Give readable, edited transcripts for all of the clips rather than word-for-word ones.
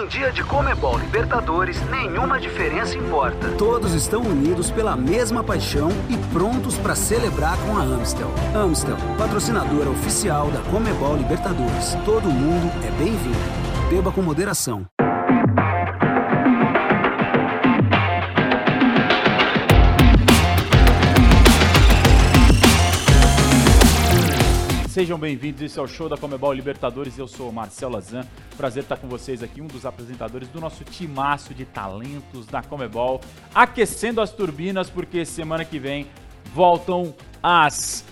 Em dia de Conmebol Libertadores, nenhuma diferença importa. Todos estão unidos pela mesma paixão e prontos para celebrar com a Amstel. Amstel, patrocinadora oficial da Conmebol Libertadores. Todo mundo é bem-vindo. Beba com moderação. Sejam bem-vindos, esse é o show da Conmebol Libertadores, eu sou o Marcel Lazan, prazer estar com vocês aqui, um dos apresentadores do nosso timaço de talentos da Conmebol, aquecendo as turbinas, porque semana que vem voltam as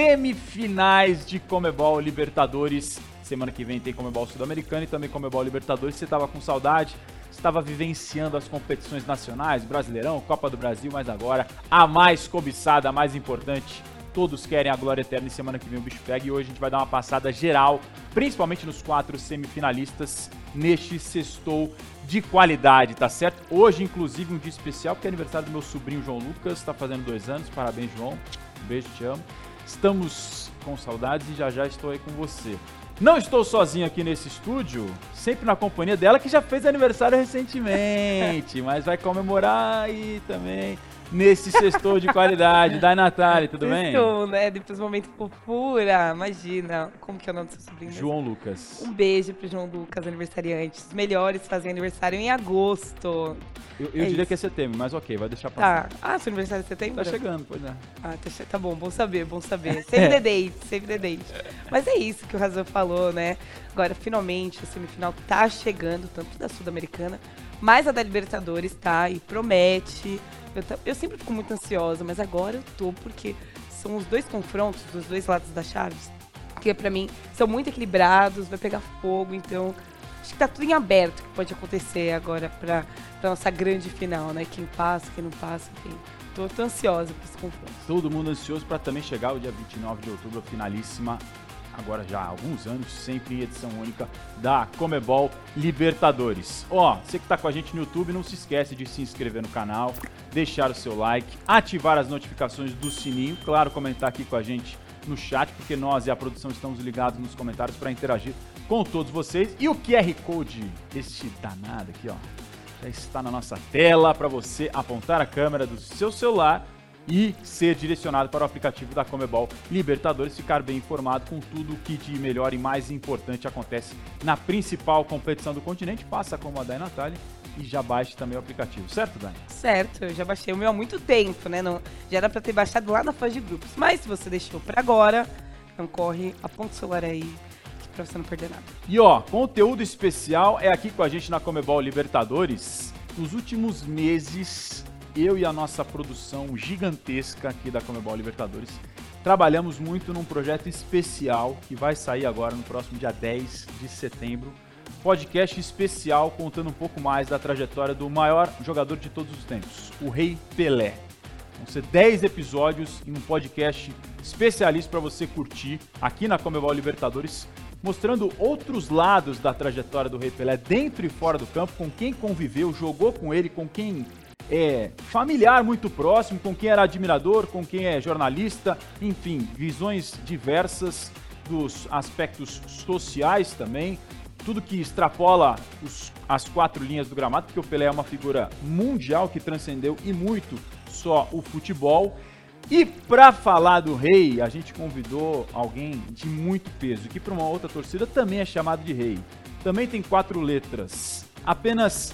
semifinais de Conmebol Libertadores. Semana que vem tem Conmebol Sul-Americana e também Conmebol Libertadores. Você estava com saudade, estava vivenciando as competições nacionais, Brasileirão, Copa do Brasil, mas agora a mais cobiçada, a mais importante. Todos querem a glória eterna e semana que vem o bicho pega. E hoje a gente vai dar uma passada geral, principalmente nos 4 semifinalistas, neste sextou de qualidade, tá certo? Hoje, inclusive, um dia especial, porque é aniversário do meu sobrinho João Lucas, tá fazendo 2 anos. Parabéns, João. Um beijo, te amo. Estamos com saudades e já estou aí com você. Não estou sozinho aqui nesse estúdio, sempre na companhia dela, que já fez aniversário recentemente, mas vai comemorar aí também. Nesse sextou de qualidade. Dai, Natália, tudo bem? Sextou, né? Depois do momento fofura. Imagina. Como que é o nome do seu sobrinho? João Lucas. Um beijo pro João Lucas, aniversariante. Os melhores fazem aniversário em agosto. Eu diria isso. Que é setembro, mas ok, vai deixar passar. Tá. Ah, seu aniversário é setembro? Tá chegando, pois é. Ah, tá bom, bom saber. Save the date. Mas é isso que o Razan falou, né? Agora, finalmente, a semifinal tá chegando, tanto da Sul-Americana, mas a da Libertadores tá e promete. Eu sempre fico muito ansiosa, mas agora eu tô, porque são os 2 confrontos dos 2 lados da chave, que pra mim são muito equilibrados, vai pegar fogo, então acho que tá tudo em aberto que pode acontecer agora pra nossa grande final, né? Quem passa, quem não passa, enfim. Tô ansiosa pra esse confronto. Todo mundo ansioso pra também chegar o dia 29 de outubro, a finalíssima. Agora já há alguns anos, sempre em edição única da Conmebol Libertadores. Ó, você que tá com a gente no YouTube, não se esquece de se inscrever no canal, deixar o seu like, ativar as notificações do sininho, claro, comentar aqui com a gente no chat, porque nós e a produção estamos ligados nos comentários para interagir com todos vocês. E o QR Code, este danado aqui, ó, já está na nossa tela para você apontar a câmera do seu celular e ser direcionado para o aplicativo da Conmebol Libertadores, ficar bem informado com tudo o que de melhor e mais importante acontece na principal competição do continente. Faça como a Dai Natália e já baixe também o aplicativo, certo, Dai? Certo, eu já baixei o meu há muito tempo, né? Não, já era para ter baixado lá na fase de grupos, mas se você deixou para agora, então corre, aponta o celular aí, para você não perder nada. E ó, conteúdo especial é aqui com a gente na Conmebol Libertadores. Nos últimos meses, eu e a nossa produção gigantesca aqui da Conmebol Libertadores trabalhamos muito num projeto especial que vai sair agora no próximo dia 10 de setembro. Podcast especial contando um pouco mais da trajetória do maior jogador de todos os tempos, o Rei Pelé. Vão ser 10 episódios em um podcast especialista para você curtir aqui na Conmebol Libertadores, mostrando outros lados da trajetória do Rei Pelé dentro e fora do campo, com quem conviveu, jogou com ele, com quem é familiar muito próximo, com quem era admirador, com quem é jornalista, enfim, visões diversas dos aspectos sociais também, tudo que extrapola as 4 linhas do gramado, porque o Pelé é uma figura mundial que transcendeu e muito só o futebol. E para falar do Rei, a gente convidou alguém de muito peso, que para uma outra torcida também é chamado de Rei. Também tem 4 letras, apenas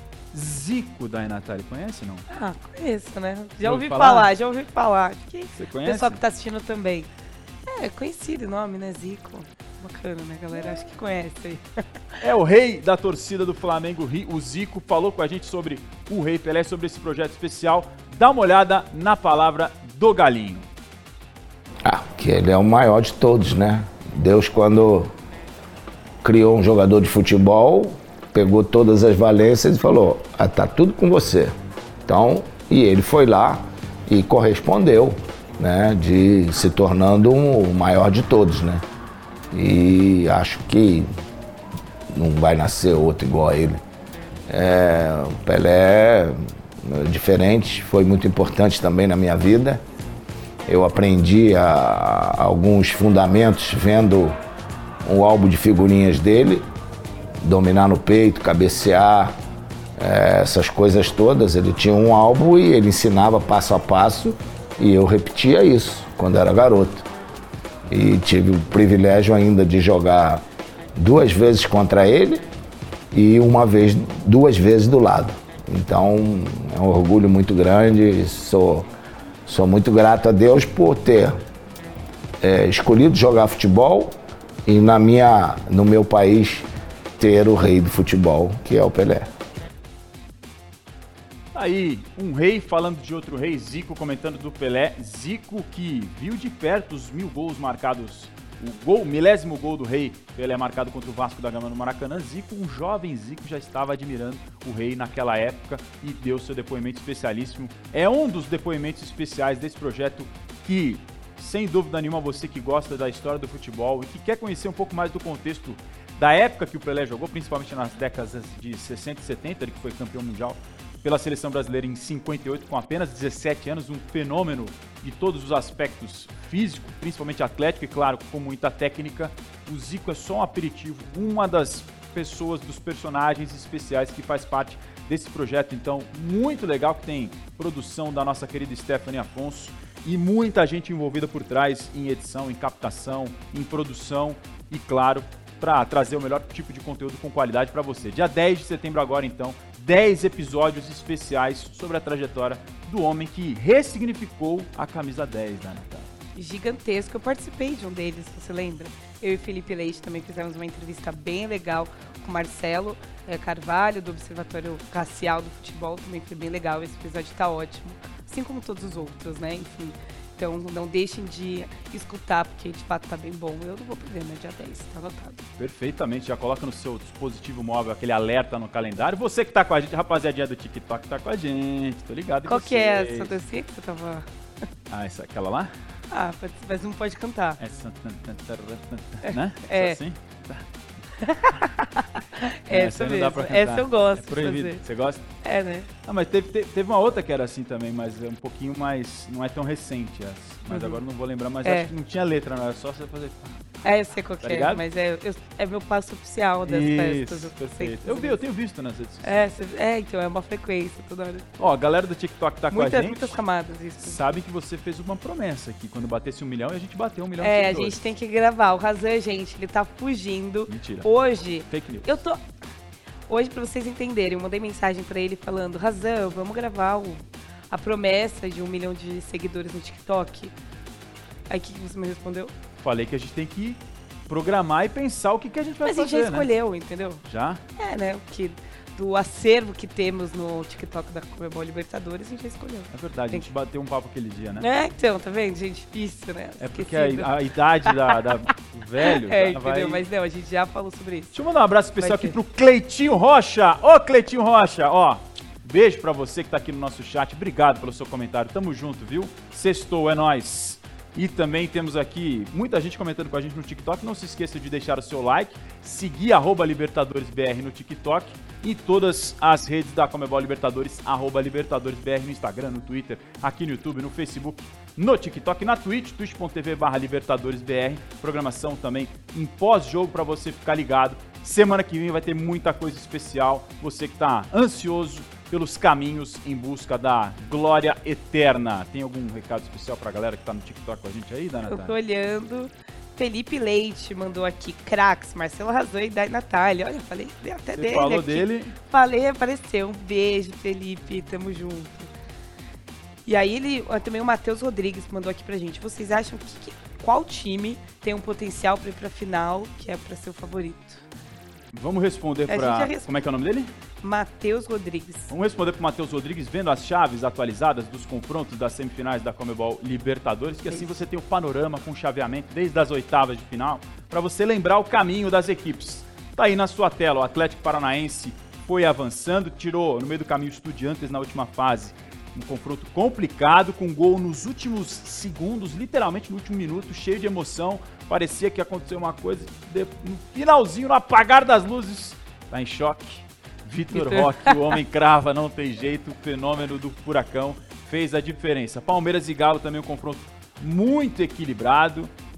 Zico, da Natália, conhece não? Ah, conheço, né? Já ouvi falar. Acho que você conhece? O pessoal que tá assistindo também. É, conhecido o nome, né? Zico. Bacana, né, galera? Acho que conhece aí. É o rei da torcida do Flamengo, o Zico, falou com a gente sobre o Rei Pelé, sobre esse projeto especial. Dá uma olhada na palavra do Galinho. Que ele é o maior de todos, né? Deus, quando criou um jogador de futebol, pegou todas as valências e falou, tá tudo com você. Então, e ele foi lá e correspondeu, né? De se tornando o maior de todos, né? E acho que não vai nascer outro igual a ele. O Pelé é diferente, foi muito importante também na minha vida. Eu aprendi alguns fundamentos vendo um álbum de figurinhas dele, dominar no peito, cabecear, essas coisas todas. Ele tinha um álbum e ele ensinava passo a passo e eu repetia isso quando era garoto. E tive o privilégio ainda de jogar 2 vezes contra ele e 2 vezes do lado. Então é um orgulho muito grande, sou muito grato a Deus por ter escolhido jogar futebol e no meu país ter o rei do futebol, que é o Pelé. Aí, um rei falando de outro rei, Zico comentando do Pelé. Zico que viu de perto os 1000 gols marcados, o milésimo gol do rei, Pelé marcado contra o Vasco da Gama no Maracanã. Zico, um jovem Zico, já estava admirando o rei naquela época e deu seu depoimento especialíssimo. É um dos depoimentos especiais desse projeto que, sem dúvida nenhuma, você que gosta da história do futebol e que quer conhecer um pouco mais do contexto da época que o Pelé jogou, principalmente nas décadas de 60 e 70, ele que foi campeão mundial pela seleção brasileira em 58, com apenas 17 anos, um fenômeno de todos os aspectos físico, principalmente atlético e, claro, com muita técnica. O Zico é só um aperitivo, uma das pessoas, dos personagens especiais que faz parte desse projeto, então, muito legal, que tem produção da nossa querida Stephanie Afonso e muita gente envolvida por trás em edição, em captação, em produção e, claro, para trazer o melhor tipo de conteúdo com qualidade para você. Dia 10 de setembro agora, então, 10 episódios especiais sobre a trajetória do homem que ressignificou a camisa 10, né, Natália? Gigantesco. Eu participei de um deles, você lembra? Eu e Felipe Leite também fizemos uma entrevista bem legal com o Marcelo Carvalho, do Observatório Racial do Futebol. Também foi bem legal, esse episódio tá ótimo. Assim como todos os outros, né? Enfim. Então não deixem de escutar, porque de fato tá bem bom. Eu não vou perder, né? Dia 10, tá anotado. Perfeitamente, já coloca no seu dispositivo móvel aquele alerta no calendário. Você que tá com a gente, rapaziadinha do TikTok, tá com a gente, tô ligado em Qual vocês. que é essa dancinha que você tava... Aquela lá? Ah, mas não pode cantar. Essa, né? É. Assim? Essa não dá mesmo. pra cantar. Essa eu gosto. É proibido. De fazer. Você gosta? É, né? Ah, mas teve uma outra que era assim também, mas é um pouquinho mais... Não é tão recente essa. Mas agora não vou lembrar, mas acho que não tinha letra, não. Era só você fazer... Eu sei qual que é, ligado? mas é meu passo oficial das festas. Isso, perfeito. Eu tenho visto nas redes sociais. Então é uma frequência toda hora. Ó, a galera do TikTok tá com a gente. Muitas camadas, isso. Sabe que você fez uma promessa aqui, quando batesse 1 milhão, e a gente bateu 1 milhão de A seguidores. gente tem que gravar. O Razan, gente, ele tá fugindo. Mentira. Hoje, Fake news. Hoje, pra vocês entenderem, eu mandei mensagem pra ele falando: Razan, vamos gravar a promessa de 1 milhão de seguidores no TikTok. Aí o que você me respondeu? Falei que a gente tem que programar e pensar o que a gente vai fazer, Mas a gente já escolheu, entendeu? Já? Né? Do acervo que temos no TikTok da Comebol Libertadores, a gente já escolheu. É verdade, a gente bateu um papo aquele dia, né? Então, tá vendo? Gente, difícil, né? É porque a idade do velho já entendeu? vai... Mas não, a gente já falou sobre isso. Deixa eu mandar um abraço especial aqui pro Cleitinho Rocha. Ô, Cleitinho Rocha, ó. Beijo pra você que tá aqui no nosso chat. Obrigado pelo seu comentário. Tamo junto, viu? Sextou, é nóis. E também temos aqui muita gente comentando com a gente no TikTok. Não se esqueça de deixar o seu like, seguir @LibertadoresBR no TikTok e todas as redes da Comebol Libertadores, @LibertadoresBR no Instagram, no Twitter, aqui no YouTube, no Facebook, no TikTok, na Twitch, twitch.tv/LibertadoresBR. Programação também em pós-jogo para você ficar ligado. Semana que vem vai ter muita coisa especial. Você que tá ansioso pelos caminhos em busca da glória eterna. Tem algum recado especial pra galera que tá no TikTok com a gente aí, Natália? Eu tô olhando. Felipe Leite mandou aqui, craques, Marcelo Razan e Dai Natália. Olha, falei até Você dele falou aqui. dele. Falei, apareceu. Um beijo, Felipe, tamo junto. E aí também o Matheus Rodrigues mandou aqui pra gente. Vocês acham qual time tem um potencial pra ir pra final, que é pra ser o favorito? Vamos responder pra... Como é que é o nome dele? Matheus Rodrigues. Vamos responder pro Matheus Rodrigues, vendo as chaves atualizadas dos confrontos das semifinais da Comebol Libertadores, que assim você tem o panorama com chaveamento desde as oitavas de final, para você lembrar o caminho das equipes. Tá aí na sua tela, o Atlético Paranaense foi avançando, tirou no meio do caminho o Estudiantes na última fase. Um confronto complicado, com gol nos últimos segundos, literalmente no último minuto, cheio de emoção. Parecia que aconteceu uma coisa, no finalzinho, no apagar das luzes, tá em choque. Vitor Roque, o homem crava, não tem jeito, o fenômeno do furacão fez a diferença. Palmeiras e Galo também um confronto muito equilibrado.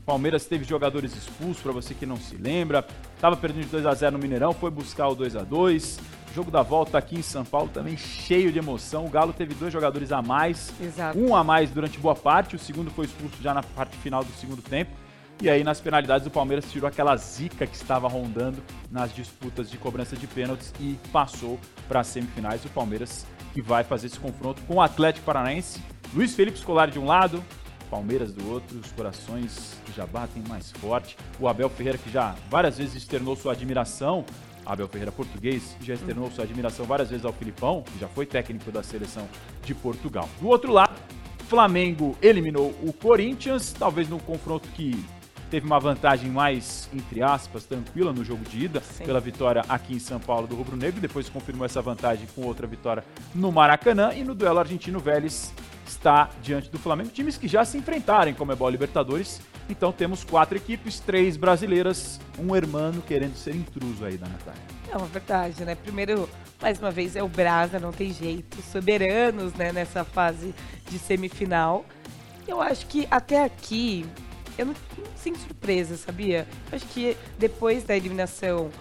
Palmeiras teve jogadores expulsos, para você que não se lembra. Estava perdendo de 2-0 no Mineirão, foi buscar o 2-2. Jogo da volta aqui em São Paulo também cheio de emoção. O Galo teve 2 jogadores a mais. Exato. Um a mais durante boa parte, o segundo foi expulso já na parte final do segundo tempo. E aí, nas penalidades, o Palmeiras tirou aquela zica que estava rondando nas disputas de cobrança de pênaltis e passou para as semifinais. O Palmeiras que vai fazer esse confronto com o Atlético Paranaense. Luiz Felipe Scolari de um lado, Palmeiras do outro, os corações que já batem mais forte. O Abel Ferreira, que já várias vezes externou sua admiração, Abel Ferreira português, já externou sua admiração várias vezes ao Filipão, que já foi técnico da seleção de Portugal. Do outro lado, Flamengo eliminou o Corinthians, talvez num confronto que teve uma vantagem mais, entre aspas, tranquila no jogo de ida, pela vitória aqui em São Paulo do Rubro Negro, depois confirmou essa vantagem com outra vitória no Maracanã, e no duelo argentino, Vélez está diante do Flamengo, times que já se enfrentaram em Comebol Libertadores. Então temos 4 equipes, 3 brasileiras, um hermano querendo ser intruso aí da Natália. É uma verdade, né? Primeiro, mais uma vez, é o Brasa, não tem jeito, soberanos, né, nessa fase de semifinal. Eu acho que até aqui, eu não sem surpresa, sabia? Eu acho que depois da eliminação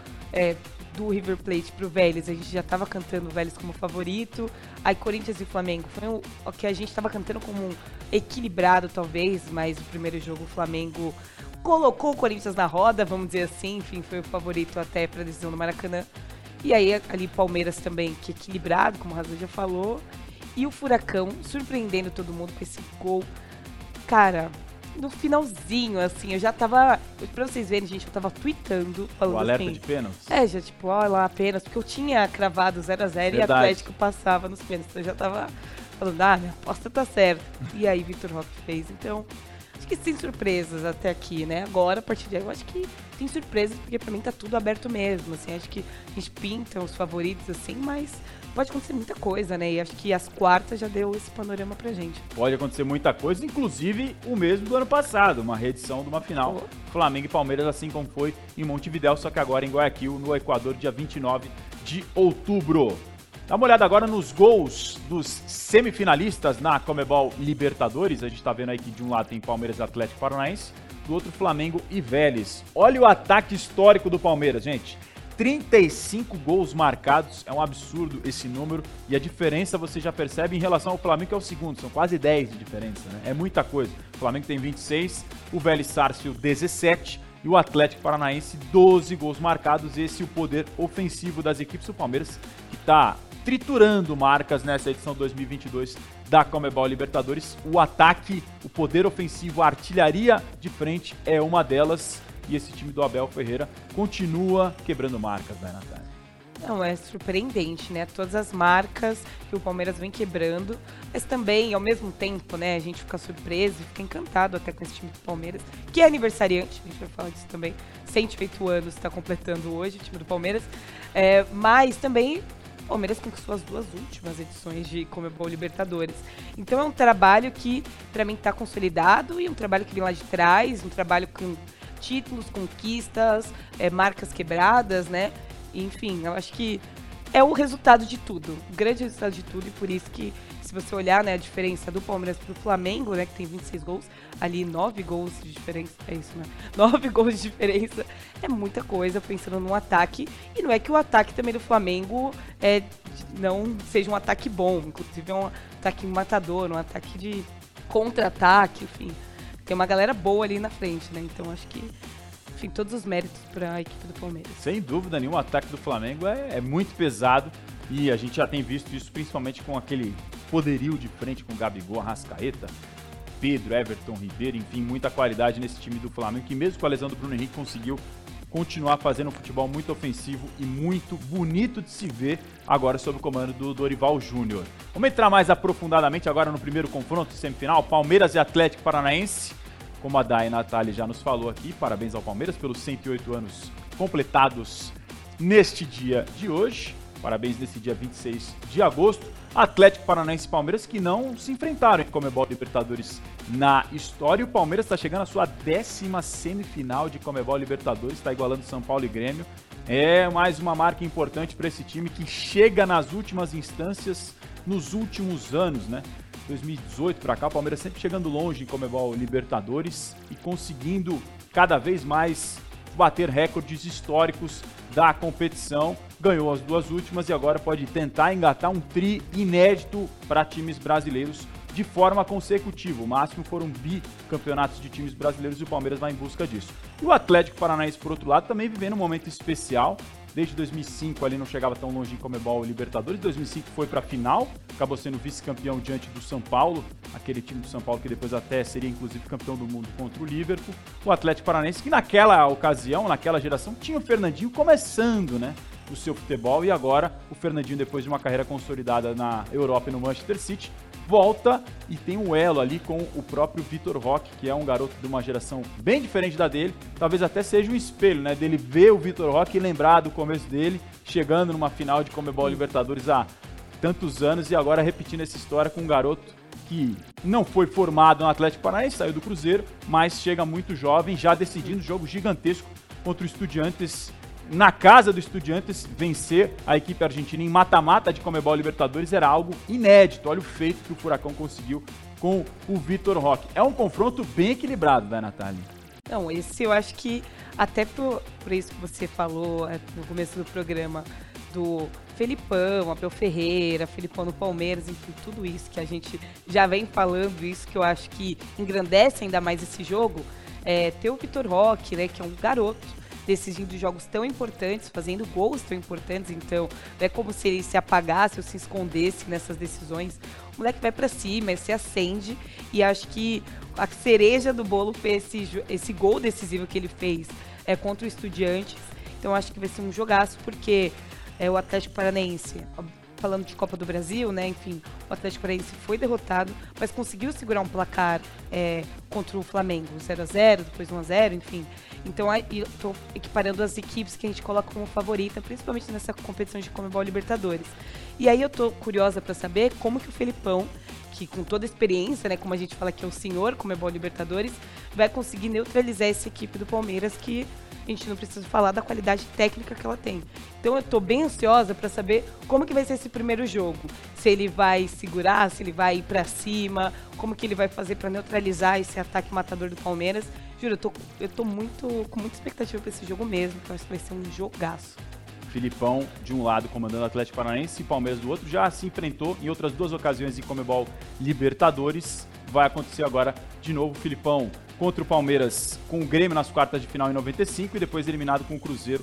do River Plate pro Vélez, a gente já tava cantando o Vélez como favorito. Aí Corinthians e Flamengo foi o que a gente tava cantando como um equilibrado, talvez, mas o primeiro jogo o Flamengo colocou o Corinthians na roda, vamos dizer assim, enfim, foi o favorito até pra decisão do Maracanã. E aí ali Palmeiras também, que equilibrado, como o Razão já falou. E o Furacão surpreendendo todo mundo com esse gol. Cara, no finalzinho, assim, eu já tava... Pra vocês verem, gente, eu tava tweetando, falando o alerta assim, de pênaltis? já tipo, olha lá, apenas, porque eu tinha cravado 0-0 e Atlético passava nos pênaltis, então eu já tava falando, minha aposta tá certa. E aí Vitor Roque fez, então... Acho que sem surpresas até aqui, né? Agora, a partir de aí, eu acho que tem surpresas, porque pra mim tá tudo aberto mesmo, assim. Acho que a gente pinta os favoritos, assim, mas pode acontecer muita coisa, né? E acho que as quartas já deu esse panorama pra gente. Pode acontecer muita coisa, inclusive o mesmo do ano passado, uma reedição de uma final. Flamengo e Palmeiras, assim como foi em Montevidéu, só que agora em Guayaquil, no Equador, dia 29 de outubro. Dá uma olhada agora nos gols dos semifinalistas na Comebol Libertadores. A gente tá vendo aí que de um lado tem Palmeiras e Atlético Paranaense, do outro Flamengo e Vélez. Olha o ataque histórico do Palmeiras, gente. 35 gols marcados, é um absurdo esse número. E a diferença você já percebe em relação ao Flamengo, que é o segundo, são quase 10 de diferença, né? É muita coisa. O Flamengo tem 26, o Vélez Sarsfield 17 e o Atlético Paranaense 12 gols marcados. Esse é o poder ofensivo das equipes. O Palmeiras que tá triturando marcas nessa edição 2022 da Comebol Libertadores. O ataque, o poder ofensivo, a artilharia de frente é uma delas. E esse time do Abel Ferreira continua quebrando marcas, né, Natália? Não, é surpreendente, né? Todas as marcas que o Palmeiras vem quebrando, mas também, ao mesmo tempo, né, a gente fica surpreso e fica encantado até com esse time do Palmeiras, que é aniversariante, a gente vai falar disso também, 108 anos está completando hoje o time do Palmeiras, mas também o Palmeiras conquistou as 2 últimas edições de Comebol Libertadores. Então é um trabalho que, para mim, está consolidado e um trabalho que vem lá de trás, um trabalho com títulos, conquistas, marcas quebradas, né? Enfim, eu acho que é o resultado de tudo, o grande resultado de tudo, e por isso que, se você olhar, né, a diferença do Palmeiras pro Flamengo, né, que tem 26 gols, ali 9 gols de diferença, é isso, né? 9 gols de diferença, é muita coisa, pensando no ataque, e não é que o ataque também do Flamengo não seja um ataque bom, inclusive é um ataque matador, um ataque de contra-ataque, enfim, tem uma galera boa ali na frente, né, então acho que, enfim, todos os méritos para a equipe do Palmeiras. Sem dúvida nenhuma, o ataque do Flamengo é muito pesado e a gente já tem visto isso principalmente com aquele poderio de frente com Gabigol, Arrascaeta, Pedro, Everton, Ribeiro, enfim, muita qualidade nesse time do Flamengo, que mesmo com a lesão do Bruno Henrique conseguiu continuar fazendo um futebol muito ofensivo e muito bonito de se ver agora sob o comando do Dorival Júnior. Vamos entrar mais aprofundadamente agora no primeiro confronto semifinal, Palmeiras e Atlético Paranaense. Como a Day Natália já nos falou aqui, parabéns ao Palmeiras pelos 108 anos completados neste dia de hoje. Parabéns nesse dia 26 de agosto. Atlético Paranaense e Palmeiras que não se enfrentaram em Comebol Libertadores na história. O Palmeiras está chegando à sua 10ª semifinal de Comebol Libertadores, está igualando São Paulo e Grêmio. É mais uma marca importante para esse time que chega nas últimas instâncias nos últimos anos, né? 2018 para cá, o Palmeiras sempre chegando longe em Conmebol Libertadores e conseguindo cada vez mais bater recordes históricos da competição. Ganhou as 2 últimas e agora pode tentar engatar um tri inédito para times brasileiros de forma consecutiva. O máximo foram bicampeonatos de times brasileiros e o Palmeiras vai em busca disso. E o Atlético Paranaense, por outro lado, também vivendo um momento especial. Desde 2005 ali não chegava tão longe em Conmebol Libertadores. 2005 foi para a final, acabou sendo vice-campeão diante do São Paulo, aquele time do São Paulo que depois até seria inclusive campeão do mundo contra o Liverpool. O Atlético Paranaense que naquela ocasião, naquela geração, tinha o Fernandinho começando, né, o seu futebol, e agora o Fernandinho, depois de uma carreira consolidada na Europa e no Manchester City, volta e tem um elo ali com o próprio Vitor Roque, que é um garoto de uma geração bem diferente da dele, talvez até seja um espelho, né, dele ver o Vitor Roque e lembrar do começo dele, chegando numa final de Conmebol Libertadores há tantos anos e agora repetindo essa história com um garoto que não foi formado no Atlético Paranaense, saiu do Cruzeiro, mas chega muito jovem, já decidindo um jogo gigantesco contra o Estudiantes. Na casa do Estudiantes, vencer a equipe argentina em mata-mata de Conmebol Libertadores era algo inédito. Olha o feito que o Furacão conseguiu com o Vitor Roque. É um confronto bem equilibrado, né, Natália? Não, esse eu acho que, até por isso que você falou no começo do programa, do Felipão, Abel Ferreira, Felipão no Palmeiras, enfim, tudo isso que a gente já vem falando, isso que eu acho que engrandece ainda mais esse jogo, ter o Vitor Roque, né, que é um garoto, decidindo jogos tão importantes, fazendo gols tão importantes, então não é como se ele se apagasse ou se escondesse nessas decisões. O moleque vai pra cima, se acende, e acho que a cereja do bolo foi esse gol decisivo que ele fez contra o Estudiantes. Então acho que vai ser um jogaço, porque o Atlético Paranaense, falando de Copa do Brasil, né, enfim, o Atlético Paranaense foi derrotado, mas conseguiu segurar um placar contra o Flamengo, 0-0, depois 1-0, enfim. Então, estou equiparando as equipes que a gente coloca como favorita, principalmente nessa competição de Conmebol Libertadores. E aí eu tô curiosa para saber como que o Felipão, que com toda a experiência, né, como a gente fala que é o senhor Conmebol Libertadores, vai conseguir neutralizar essa equipe do Palmeiras, que a gente não precisa falar da qualidade técnica que ela tem. Então eu tô bem ansiosa para saber como que vai ser esse primeiro jogo. Se ele vai segurar, se ele vai ir para cima, como que ele vai fazer para neutralizar esse ataque matador do Palmeiras. Juro, eu tô com muita expectativa para esse jogo mesmo, que eu acho que vai ser um jogaço. Filipão, de um lado, comandando o Atlético Paranaense, e Palmeiras do outro, já se enfrentou em outras 2 ocasiões em Conmebol Libertadores. Vai acontecer agora de novo. Filipão contra o Palmeiras com o Grêmio nas quartas de final em 95 e depois eliminado com o Cruzeiro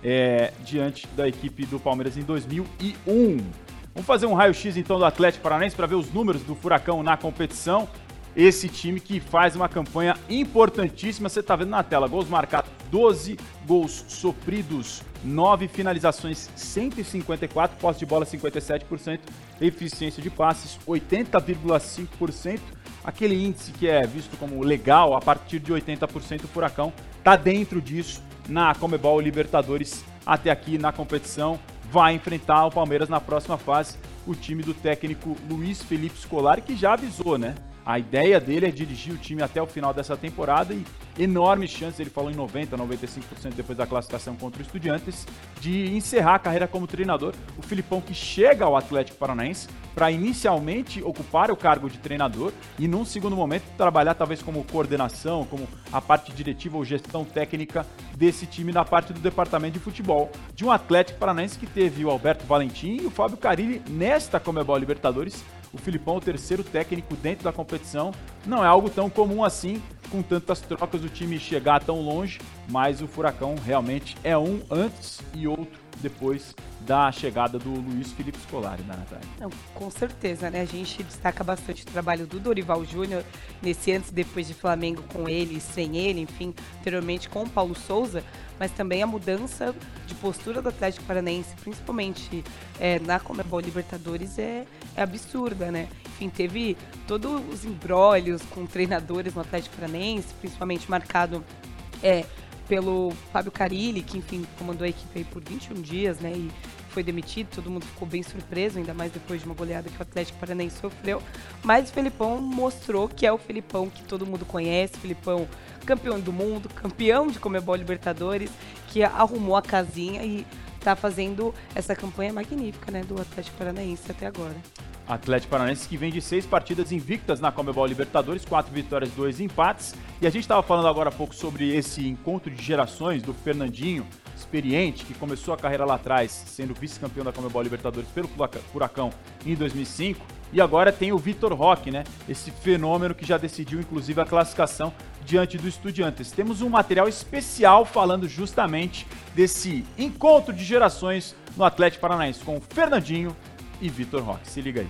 diante da equipe do Palmeiras em 2001. Vamos fazer um raio-x então do Atlético Paranaense para ver os números do Furacão na competição. Esse time que faz uma campanha importantíssima, você está vendo na tela, gols marcados 12, gols sofridos 9, finalizações 154, posse de bola 57%, eficiência de passes 80,5%, aquele índice que é visto como legal, a partir de 80% o Furacão está dentro disso na Conmebol Libertadores até aqui na competição, vai enfrentar o Palmeiras na próxima fase, o time do técnico Luiz Felipe Scolari, que já avisou, né? A ideia dele é dirigir o time até o final dessa temporada e enormes chances, ele falou em 90%, 95% depois da classificação contra o Estudiantes, de encerrar a carreira como treinador. O Filipão que chega ao Atlético Paranaense para inicialmente ocupar o cargo de treinador e num segundo momento trabalhar talvez como coordenação, como a parte diretiva ou gestão técnica desse time na parte do departamento de futebol. De um Atlético Paranaense que teve o Alberto Valentim e o Fábio Carille nesta Conmebol Libertadores. O Filipão, o terceiro técnico dentro da competição, não é algo tão comum assim, com tantas trocas o time chegar tão longe, mas o Furacão realmente é um antes e outro depois da chegada do Luiz Felipe Scolari, da Natália. Não, com certeza, né? A gente destaca bastante o trabalho do Dorival Júnior nesse antes e depois de Flamengo, com ele, sem ele, enfim, anteriormente com o Paulo Souza, mas também a mudança de postura do Atlético Paranaense, principalmente na Conmebol Libertadores, é absurda, né? Enfim, teve todos os embrólios com treinadores no Atlético Paranaense, principalmente marcado pelo Fábio Carille, que, enfim, comandou a equipe aí por 21 dias, né, e foi demitido, todo mundo ficou bem surpreso, ainda mais depois de uma goleada que o Atlético Paranaense sofreu, mas o Felipão mostrou que é o Felipão que todo mundo conhece, Felipão campeão do mundo, campeão de Conmebol Libertadores, que arrumou a casinha e tá fazendo essa campanha magnífica, né, do Atlético Paranaense até agora. Atlético Paranaense que vem de 6 partidas invictas na Conmebol Libertadores, 4 vitórias, 2 empates. E a gente estava falando agora há pouco sobre esse encontro de gerações do Fernandinho, experiente, que começou a carreira lá atrás, sendo vice-campeão da Conmebol Libertadores pelo Furacão em 2005. E agora tem o Vitor Roque, né? Esse fenômeno que já decidiu, inclusive, a classificação diante do Estudiantes. Temos um material especial falando justamente desse encontro de gerações no Atlético Paranaense com o Fernandinho e Vitor Roque. Se liga aí.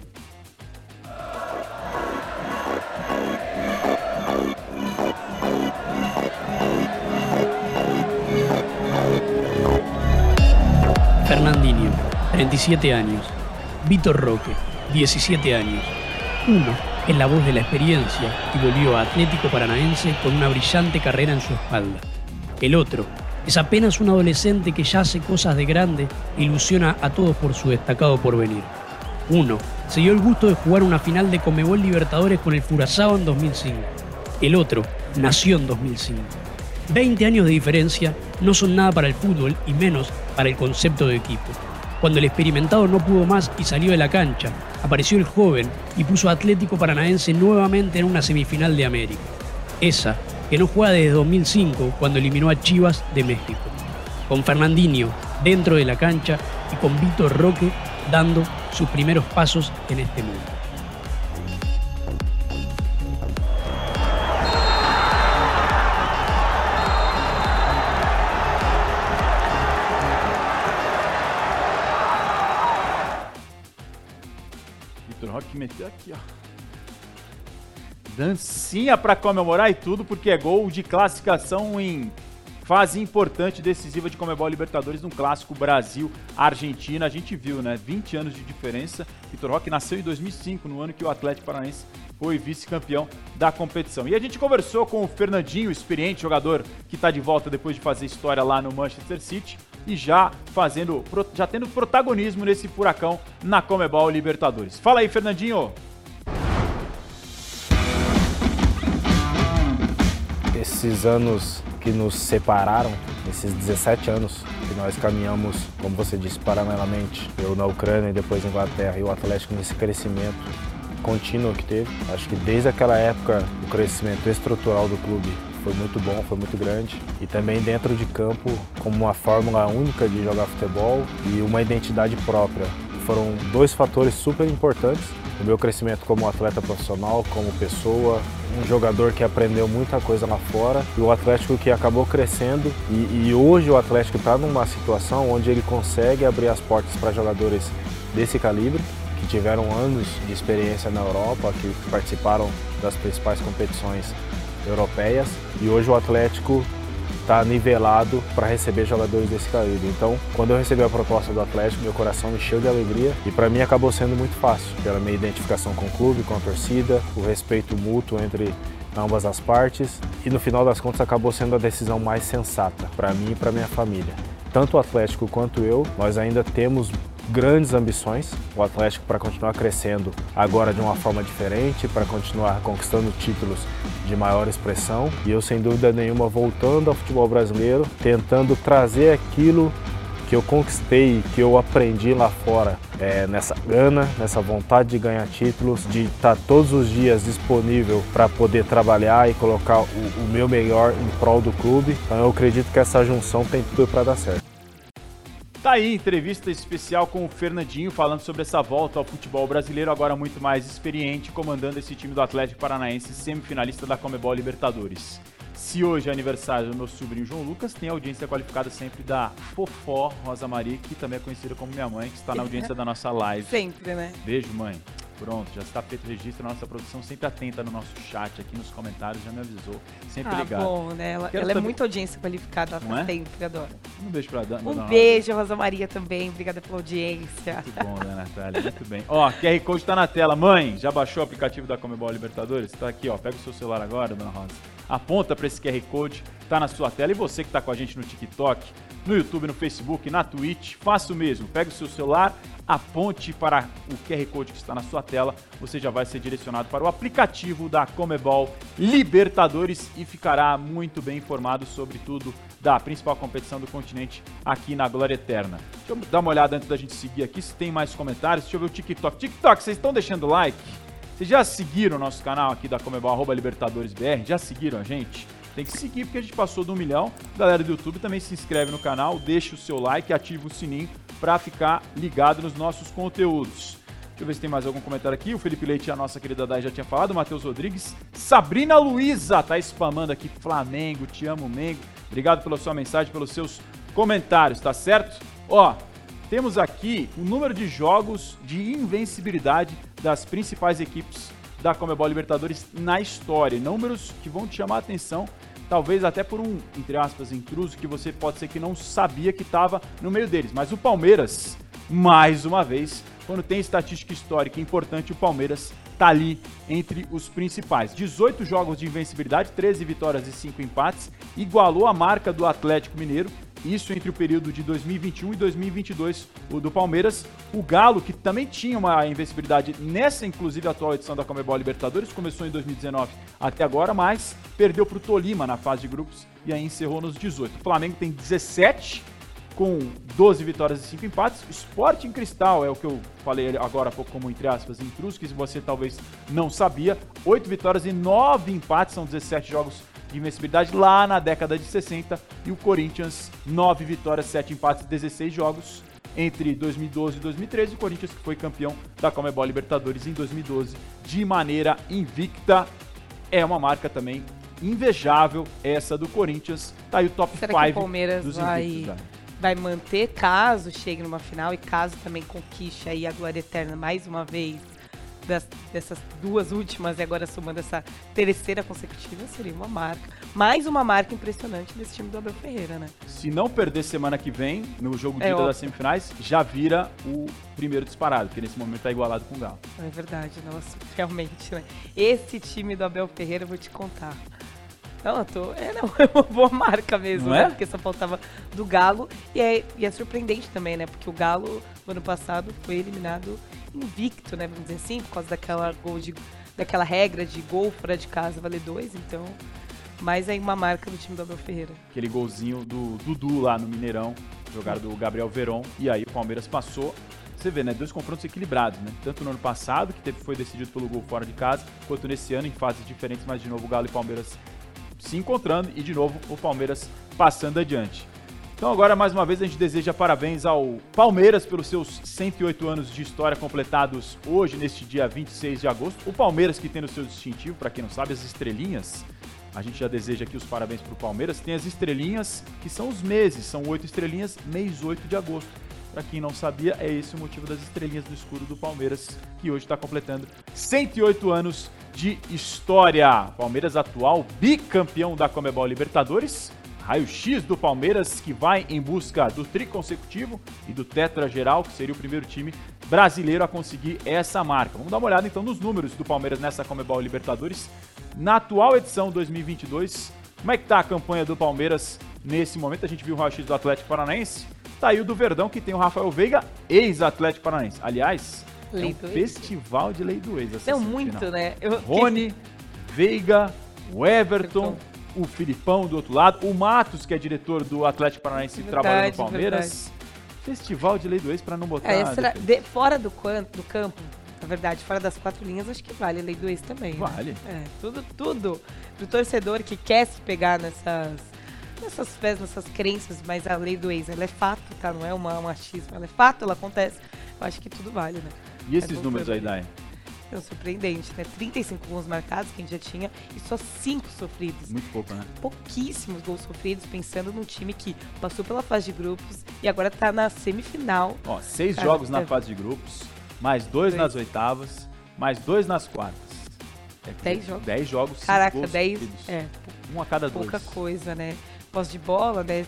Fernandinho, 37 años. Vitor Roque, 17 años. Uno es la voz de la experiencia y volvió a Atlético Paranaense con una brillante carrera en su espalda. El otro es apenas un adolescente que ya hace cosas de grande e ilusiona a todos por su destacado porvenir. Uno se dio el gusto de jugar una final de Conmebol Libertadores con el Curazao en 2005. El otro nació en 2005. 20 años de diferencia no son nada para el fútbol y menos para el concepto de equipo. Cuando el experimentado no pudo más y salió de la cancha, apareció el joven y puso a Atlético Paranaense nuevamente en una semifinal de América. Esa que no juega desde 2005 cuando eliminó a Chivas de México. Con Fernandinho dentro de la cancha y con Vitor Roque dando sus primeros pasos en este mundo. Vitor Roque meteu aqui, ó. Dancinha pra comemorar e tudo, porque é gol de classificação em fase importante, decisiva de Conmebol Libertadores, num clássico Brasil-Argentina. A gente viu, né? 20 anos de diferença. Vitor Roque nasceu em 2005, no ano que o Atlético Paranaense foi vice-campeão da competição. E a gente conversou com o Fernandinho, experiente jogador que está de volta depois de fazer história lá no Manchester City e já tendo protagonismo nesse furacão na Conmebol Libertadores. Fala aí, Fernandinho! Esses anos que nos separaram, esses 17 anos que nós caminhamos, como você disse, paralelamente, eu na Ucrânia e depois na Inglaterra, e o Atlético nesse crescimento contínuo que teve. Acho que desde aquela época o crescimento estrutural do clube foi muito bom, foi muito grande, e também dentro de campo como uma fórmula única de jogar futebol e uma identidade própria. Foram dois fatores super importantes no meu crescimento como atleta profissional, como pessoa, um jogador que aprendeu muita coisa lá fora, e o Atlético que acabou crescendo, e hoje o Atlético está numa situação onde ele consegue abrir as portas para jogadores desse calibre, que tiveram anos de experiência na Europa, que participaram das principais competições europeias, e hoje o Atlético está nivelado para receber jogadores desse calibre. Então, quando eu recebi a proposta do Atlético, meu coração me encheu de alegria e para mim acabou sendo muito fácil, pela minha identificação com o clube, com a torcida, o respeito mútuo entre ambas as partes, e no final das contas acabou sendo a decisão mais sensata para mim e para minha família. Tanto o Atlético quanto eu, nós ainda temos grandes ambições, o Atlético para continuar crescendo agora de uma forma diferente, para continuar conquistando títulos de maior expressão, e eu sem dúvida nenhuma voltando ao futebol brasileiro, tentando trazer aquilo que eu conquistei, que eu aprendi lá fora, nessa gana, nessa vontade de ganhar títulos, de estar todos os dias disponível para poder trabalhar e colocar o meu melhor em prol do clube. Então eu acredito que essa junção tem tudo para dar certo. Tá aí, entrevista especial com o Fernandinho, falando sobre essa volta ao futebol brasileiro, agora muito mais experiente, comandando esse time do Atlético Paranaense, semifinalista da Conmebol Libertadores. Se hoje é aniversário do meu sobrinho João Lucas, tem a audiência qualificada sempre da Fofó Rosa Maria, que também é conhecida como minha mãe, que está na audiência da nossa live. Sempre, né? Beijo, mãe. Pronto, já está feito o registro, a nossa produção sempre atenta no nosso chat, aqui nos comentários, já me avisou, sempre ligado. Bom, né? Ela é muito audiência qualificada, ela tá sempre, adora. Um beijo pra Dana. Um beijo, Rosa Maria também, obrigada pela audiência. Muito bom, né, Natália? Muito bem. Ó, QR Code tá na tela. Mãe, já baixou o aplicativo da Conmebol Libertadores? Tá aqui, ó, pega o seu celular agora, Dona Rosa. aponta para esse QR Code, tá na sua tela. E você que está com a gente no TikTok, no YouTube, no Facebook, na Twitch, faça o mesmo. Pega o seu celular, aponte para o QR Code que está na sua tela, você já vai ser direcionado para o aplicativo da Conmebol Libertadores e ficará muito bem informado sobre tudo da principal competição do continente aqui na Glória Eterna. Deixa eu dar uma olhada antes da gente seguir aqui, se tem mais comentários. Deixa eu ver o TikTok. TikTok, vocês estão deixando like? Vocês já seguiram o nosso canal aqui da Conmebol, @LibertadoresBR? Já seguiram a gente? Tem que seguir porque a gente passou do 1 milhão. Galera do YouTube também se inscreve no canal, deixa o seu like, ativa o sininho para ficar ligado nos nossos conteúdos. Deixa eu ver se tem mais algum comentário aqui. O Felipe Leite, a nossa querida Dai, já tinha falado. O Matheus Rodrigues. Sabrina Luiza tá spamando aqui. Flamengo, te amo, Mengo. Obrigado pela sua mensagem, pelos seus comentários, tá certo? Ó, temos aqui o número de jogos de invencibilidade das principais equipes da Conmebol Libertadores na história. Números que vão te chamar a atenção, talvez até por um, entre aspas, intruso, que você pode ser que não sabia que estava no meio deles. Mas o Palmeiras, mais uma vez, quando tem estatística histórica importante, o Palmeiras tá ali entre os principais. 18 jogos de invencibilidade, 13 vitórias e 5 empates, igualou a marca do Atlético Mineiro, isso entre o período de 2021 e 2022, o do Palmeiras. O Galo, que também tinha uma invencibilidade nessa, inclusive, atual edição da Conmebol Libertadores, começou em 2019 até agora, mas perdeu para o Tolima na fase de grupos e aí encerrou nos 18. O Flamengo tem 17, com 12 vitórias e 5 empates. O Sporting Cristal é o que eu falei agora há pouco como, entre aspas, intruso, que você talvez não sabia. 8 vitórias e 9 empates, são 17 jogos de invencibilidade lá na década de 60. E o Corinthians, 9 vitórias, 7 empates, 16 jogos entre 2012 e 2013. O Corinthians que foi campeão da Conmebol Libertadores em 2012 de maneira invicta. É uma marca também invejável essa do Corinthians. Tá aí o top 5 dos invictos. Vai manter caso chegue numa final e caso também conquiste aí a Glória Eterna mais uma vez dessas duas últimas e agora somando essa terceira consecutiva, seria uma marca, mais uma marca impressionante desse time do Abel Ferreira, né? Se não perder semana que vem, no jogo de ida das semifinais, já vira o primeiro disparado, porque nesse momento tá igualado com o Galo. É verdade, nossa, realmente, né? Esse time do Abel Ferreira, eu vou te contar. Não, é uma boa marca mesmo, não né? É? Porque só faltava do Galo. E é surpreendente também, né? Porque o Galo, no ano passado, foi eliminado invicto, né? Vamos dizer assim, por causa daquela regra de gol fora de casa valer 2. Então, mais aí uma marca do time do Abel Ferreira. Aquele golzinho do Dudu lá no Mineirão, jogado do Gabriel Veron. E aí o Palmeiras passou. Você vê, né? 2 confrontos equilibrados, né? Tanto no ano passado, que foi decidido pelo gol fora de casa, quanto nesse ano, em fases diferentes, mas de novo o Galo e o Palmeiras se encontrando e de novo o Palmeiras passando adiante. Então agora mais uma vez a gente deseja parabéns ao Palmeiras pelos seus 108 anos de história completados hoje, neste dia 26 de agosto. O Palmeiras que tem no seu distintivo, para quem não sabe, as estrelinhas. A gente já deseja aqui os parabéns para o Palmeiras. Tem as estrelinhas que são os meses, são 8 estrelinhas, mês 8 de agosto. Para quem não sabia, é esse o motivo das estrelinhas do escudo do Palmeiras, que hoje está completando 108 anos de história. Palmeiras atual bicampeão da Conmebol Libertadores. Raio-X do Palmeiras, que vai em busca do tri consecutivo e do tetra geral, que seria o primeiro time brasileiro a conseguir essa marca. Vamos dar uma olhada então nos números do Palmeiras nessa Conmebol Libertadores. Na atual edição 2022, como é que tá a campanha do Palmeiras nesse momento? A gente viu o Raio-X do Atlético Paranaense. Tá aí o do Verdão, que tem o Rafael Veiga, ex-Atlético Paranaense. Aliás, é um festival de lei do ex. Não, muito, né? Rony, Veiga, o Everton, o Filipão do outro lado, o Matos, que é diretor do Atlético Paranaense e trabalha no Palmeiras. Festival de lei do ex para não botar... Fora do campo, na verdade, fora das 4 linhas, acho que vale a lei do ex também. Vale. Né? Tudo. Pro torcedor que quer se pegar nessas fés, nessas crenças, mas a lei do ex, ela é fato, tá? Não é um achismo, ela é fato, ela acontece. Eu acho que tudo vale, né? E esses números aí, Dai? É surpreendente, né? 35 gols marcados, que a gente já tinha, e só 5 sofridos. Muito pouco, né? Pouquíssimos gols sofridos, pensando num time que passou pela fase de grupos e agora tá na semifinal. 6 jogos na fase de grupos, mais 2 nas oitavas, mais 2 nas quartas. 10 jogos? 10 jogos, 5 Caraca, gols 10, sofridos. Um a cada 2. Pouca coisa, né? Posse de bola, né?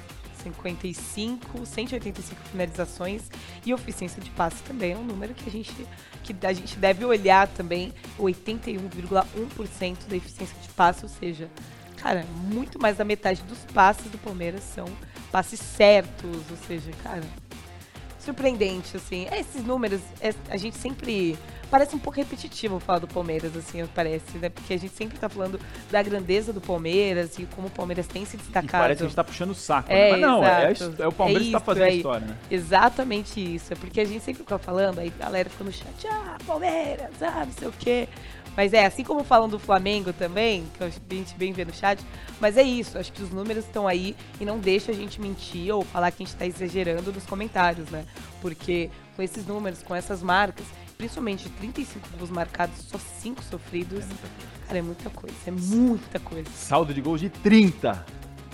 185 finalizações e eficiência de passe também é um número que a gente deve olhar também, 81,1% da eficiência de passe, ou seja, cara, muito mais da metade dos passes do Palmeiras são passes certos, ou seja, cara, surpreendente, assim. Esses números, a gente sempre... Parece um pouco repetitivo falar do Palmeiras, assim, parece, né? Porque a gente sempre tá falando da grandeza do Palmeiras e como o Palmeiras tem se destacado. E parece que a gente tá puxando o saco, né? Mas não, é o Palmeiras que tá fazendo a história, né? Exatamente isso. É porque a gente sempre fica falando, aí a galera fica no chat, Palmeiras, não sei o quê. Mas assim como falam do Flamengo também, que a gente bem vê no chat, mas é isso, acho que os números estão aí e não deixa a gente mentir ou falar que a gente tá exagerando nos comentários, né? Porque com esses números, com essas marcas, principalmente 35 gols marcados, só 5 sofridos, cara, é muita coisa, Saldo de gols de 30.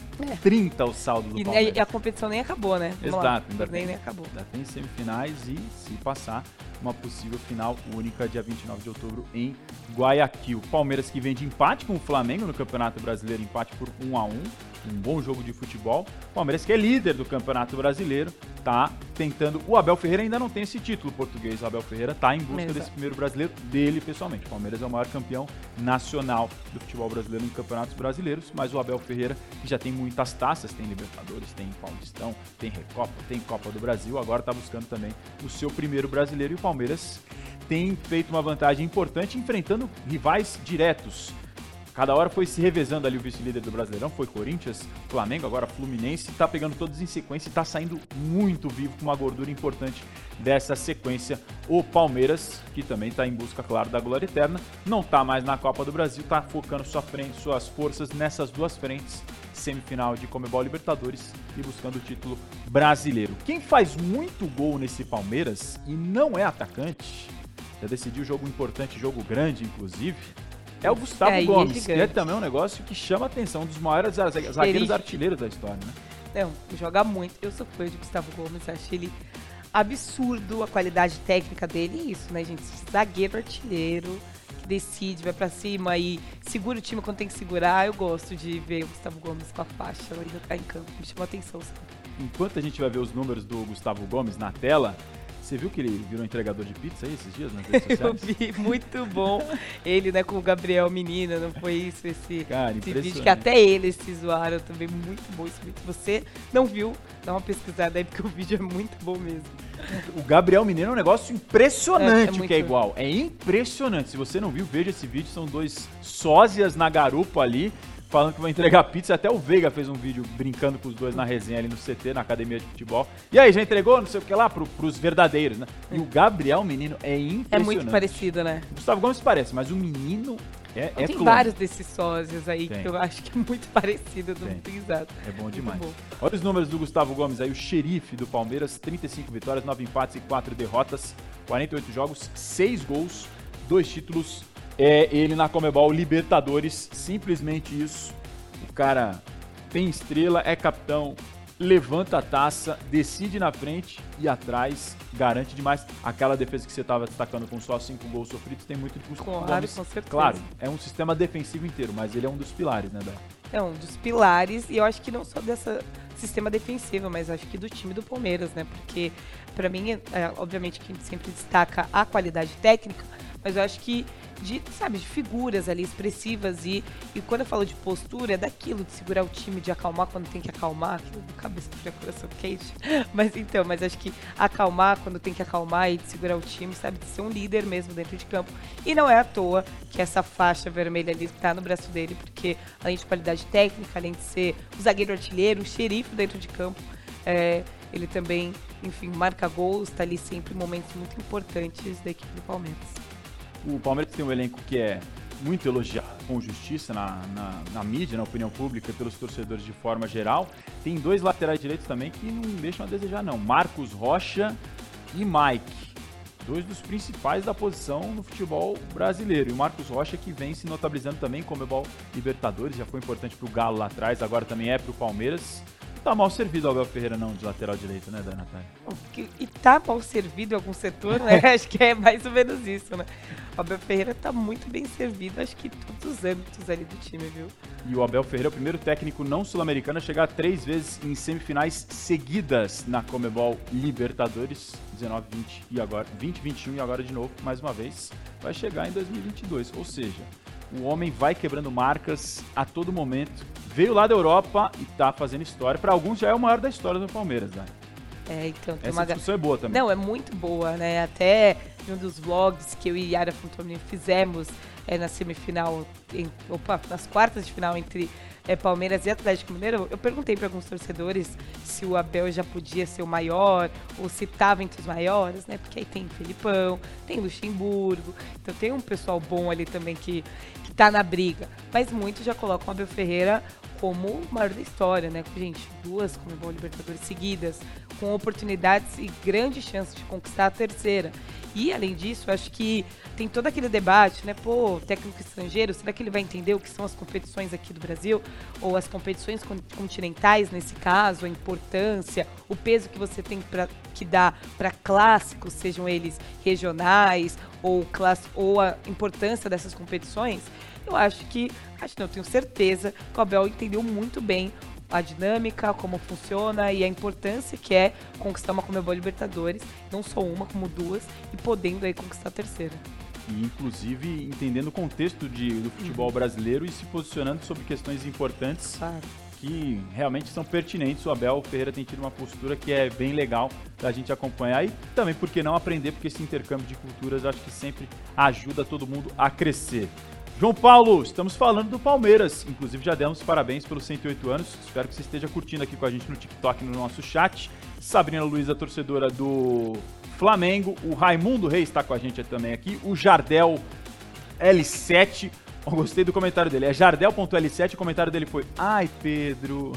30 o saldo do Palmeiras. E a competição nem acabou, né? Exato, nem acabou. Ainda tem semifinais e, se passar, uma possível final única dia 29 de outubro em Guayaquil. Palmeiras que vem de empate com o Flamengo no Campeonato Brasileiro, empate por 1-1. Um bom jogo de futebol. Palmeiras que é líder do Campeonato Brasileiro, tá tentando... O Abel Ferreira ainda não tem esse título português. O Abel Ferreira tá em busca desse primeiro brasileiro dele, pessoalmente. O Palmeiras é o maior campeão nacional do futebol brasileiro em campeonatos brasileiros, mas o Abel Ferreira, que já tem muitas taças, tem Libertadores, tem Paulistão, tem Recopa, tem Copa do Brasil, agora tá buscando também o seu primeiro brasileiro, e o Palmeiras tem feito uma vantagem importante enfrentando rivais diretos. Cada hora foi se revezando ali o vice-líder do Brasileirão, foi Corinthians, Flamengo, agora Fluminense, tá pegando todos em sequência e tá saindo muito vivo com uma gordura importante dessa sequência. O Palmeiras, que também tá em busca, claro, da glória eterna, não tá mais na Copa do Brasil, tá focando suas forças nessas duas frentes, semifinal de Comebol Libertadores e buscando o título brasileiro. Quem faz muito gol nesse Palmeiras e não é atacante, já decidiu jogo importante, jogo grande, inclusive, é o Gustavo Gomes, que é também um negócio que chama a atenção, um dos maiores zagueiros artilheiros da história, né? Não, joga muito. Eu sou fã de Gustavo Gomes, acho ele absurdo, a qualidade técnica dele, e isso, né, gente? Zagueiro artilheiro, que decide, vai pra cima e segura o time quando tem que segurar. Eu gosto de ver o Gustavo Gomes com a faixa lá em campo, me chamou a atenção. Sabe? Enquanto a gente vai ver os números do Gustavo Gomes na tela... Você viu que ele virou entregador de pizza aí esses dias nas redes sociais? Eu vi, muito bom. Ele, né, com o Gabriel Menina, não foi isso? Esse vídeo que até eles se zoaram também. Muito bom esse vídeo. Se você não viu, dá uma pesquisada aí, porque o vídeo é muito bom mesmo. O Gabriel Menino é um negócio impressionante, o que é igual. É impressionante. Se você não viu, veja esse vídeo. São dois sósias na garupa ali, falando que vão entregar pizza. Até o Veiga fez um vídeo brincando com os dois na resenha ali no CT, na academia de futebol. E aí, já entregou? Não sei o que lá, pros verdadeiros, né? E o Gabriel Menino é impressionante. É muito parecido, né? O Gustavo Gomes parece, mas o menino é tem clone. Vários desses sósias aí que eu acho que é muito parecido, não muito exato. É bom demais. Bom. Olha os números do Gustavo Gomes aí, o xerife do Palmeiras, 35 vitórias, 9 empates e 4 derrotas, 48 jogos, 6 gols, 2 títulos. É ele na Comebol Libertadores, simplesmente isso. O cara tem estrela, é capitão, levanta a taça, decide na frente e atrás, garante demais. Aquela defesa que você estava destacando com só 5 gols sofridos, tem muito de Gustavo Gomes. Com certeza. Claro, é um sistema defensivo inteiro, mas ele é um dos pilares, né, Dé? É um dos pilares, e eu acho que não só desse sistema defensivo, mas acho que do time do Palmeiras, né? Porque, pra mim, obviamente que a gente sempre destaca a qualidade técnica, mas eu acho que de figuras ali expressivas e quando eu falo de postura, é daquilo de segurar o time, de acalmar quando tem que acalmar, aquilo do cabeça fria, coração quente. Mas acho que acalmar quando tem que acalmar e de segurar o time, sabe, de ser um líder mesmo dentro de campo. E não é à toa que essa faixa vermelha ali está no braço dele, porque além de qualidade técnica, além de ser o zagueiro artilheiro, o xerife dentro de campo, ele também, enfim, marca gols, está ali sempre em momentos muito importantes da equipe do Palmeiras. O Palmeiras tem um elenco que é muito elogiado com justiça na mídia, na opinião pública e pelos torcedores de forma geral. Tem 2 laterais direitos também que não deixam a desejar, não. Marcos Rocha e Mike. 2 dos principais da posição no futebol brasileiro. E o Marcos Rocha que vem se notabilizando também em Comebol Libertadores. Já foi importante pro Galo lá atrás, agora também é pro Palmeiras. Tá mal servido o Abel Ferreira não, de lateral direito, né, da Natália? E tá mal servido em algum setor, né? Acho que é mais ou menos isso, né? O Abel Ferreira tá muito bem servido, acho que em todos os âmbitos ali do time, viu? E o Abel Ferreira é o primeiro técnico não sul-americano a chegar 3 vezes em semifinais seguidas na Comebol Libertadores, 19, 20 e agora 20, 21 e agora de novo, mais uma vez, vai chegar em 2022. Ou seja, O homem vai quebrando marcas a todo momento. Veio lá da Europa e tá fazendo história. Para alguns já é o maior da história do Palmeiras, né? Então tem Essa discussão é boa também. Não, é muito boa, né? Até em um dos vlogs que eu e Yara Fontomini fizemos na semifinal, nas quartas de final entre Palmeiras e Atlético Mineiro, eu perguntei para alguns torcedores se o Abel já podia ser o maior ou se estava entre os maiores, né? Porque aí tem Felipão, tem Luxemburgo, então tem um pessoal bom ali também que tá na briga. Mas muitos já colocam o Abel Ferreira como o maior da história, né? Gente, 2 Comebol Libertadores seguidas, com oportunidades e grande chance de conquistar a terceira. E, além disso, acho que tem todo aquele debate, né? Pô, técnico estrangeiro, será que ele vai entender o que são as competições aqui do Brasil? Ou as competições continentais, nesse caso, a importância, o peso que você tem que dar para clássicos, sejam eles regionais ou a importância dessas competições? Eu tenho certeza que o Abel entendeu muito bem a dinâmica, como funciona e a importância que é conquistar uma Comebol Libertadores, não só uma, como 2, e podendo aí conquistar a terceira. E, inclusive, entendendo o contexto do futebol brasileiro e se posicionando sobre questões importantes que realmente são pertinentes. O Abel Ferreira tem tido uma postura que é bem legal da gente acompanhar e também, por que não, aprender, porque esse intercâmbio de culturas acho que sempre ajuda todo mundo a crescer. João Paulo, estamos falando do Palmeiras, inclusive já demos parabéns pelos 108 anos, espero que você esteja curtindo aqui com a gente no TikTok, no nosso chat. Sabrina Luiza, torcedora do Flamengo, o Raimundo Reis está com a gente também aqui, o Jardel L7, eu gostei do comentário dele, é Jardel.L7, o comentário dele foi: ai, Pedro.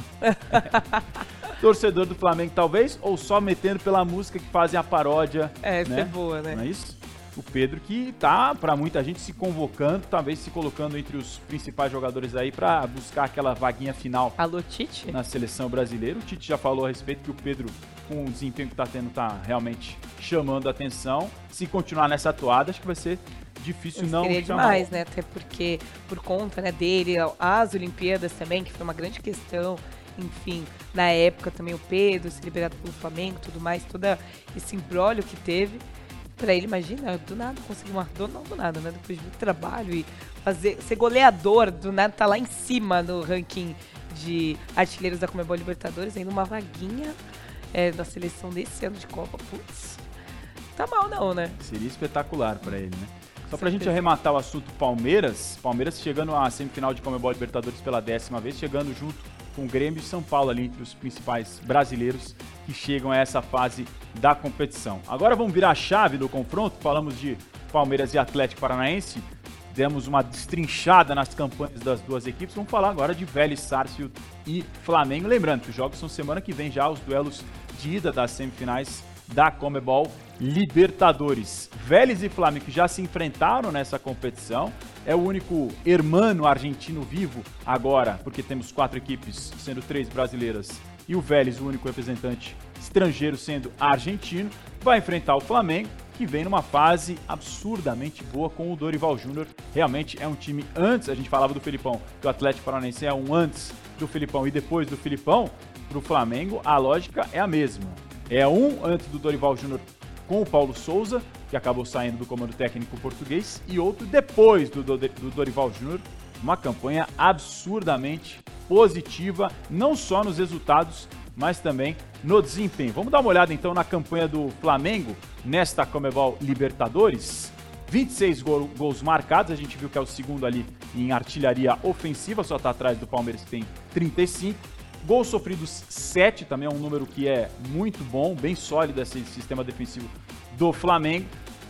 Torcedor do Flamengo talvez, ou só metendo pela música que fazem a paródia. Essa é boa, né? Não é isso? O Pedro que tá, pra muita gente, se convocando, talvez se colocando entre os principais jogadores aí pra buscar aquela vaguinha final. Alô, Tite? Na seleção brasileira. O Tite já falou a respeito que o Pedro, com o desempenho que tá tendo, tá realmente chamando a atenção. Se continuar nessa toada, acho que vai ser difícil não chamar. Demais, né? Até porque, por conta, né, dele, as Olimpíadas também, que foi uma grande questão. Enfim, na época também o Pedro ser liberado pelo Flamengo, tudo mais, todo esse imbróglio que teve. Pra ele, imagina, do nada conseguir do nada, né? Depois de muito trabalho e ser goleador, do nada tá lá em cima no ranking de artilheiros da Comebol Libertadores, ainda uma vaguinha da seleção desse ano de Copa. Putz, tá mal não, né? Seria espetacular pra ele, né? Só pra gente arrematar o assunto Palmeiras chegando à semifinal de Comebol Libertadores pela 10ª vez, chegando junto com o Grêmio e São Paulo ali entre os principais brasileiros que chegam a essa fase da competição. Agora vamos virar a chave do confronto, falamos de Palmeiras e Atlético Paranaense, demos uma destrinchada nas campanhas das duas equipes, vamos falar agora de Vélez, Sarsfield e Flamengo. Lembrando que os jogos são semana que vem já, os duelos de ida das semifinais da Comebol Libertadores. Vélez e Flamengo já se enfrentaram nessa competição, é o único hermano argentino vivo agora, porque temos 4 equipes, sendo 3 brasileiras, e o Vélez, o único representante estrangeiro, sendo argentino, vai enfrentar o Flamengo, que vem numa fase absurdamente boa com o Dorival Júnior. Realmente é um time antes, a gente falava do Felipão, que o Atlético Paranaense é um antes do Felipão e depois do Felipão. Para o Flamengo, a lógica é a mesma. É um antes do Dorival Júnior com o Paulo Souza, que acabou saindo do comando técnico português, e outro depois do Dorival Júnior. Uma campanha absurdamente positiva, não só nos resultados, mas também no desempenho. Vamos dar uma olhada então na campanha do Flamengo nesta Comebol Libertadores. 26 gols marcados, a gente viu que é o segundo ali em artilharia ofensiva, só está atrás do Palmeiras, que tem 35. Gols sofridos 7, também é um número que é muito bom, bem sólido esse sistema defensivo do Flamengo.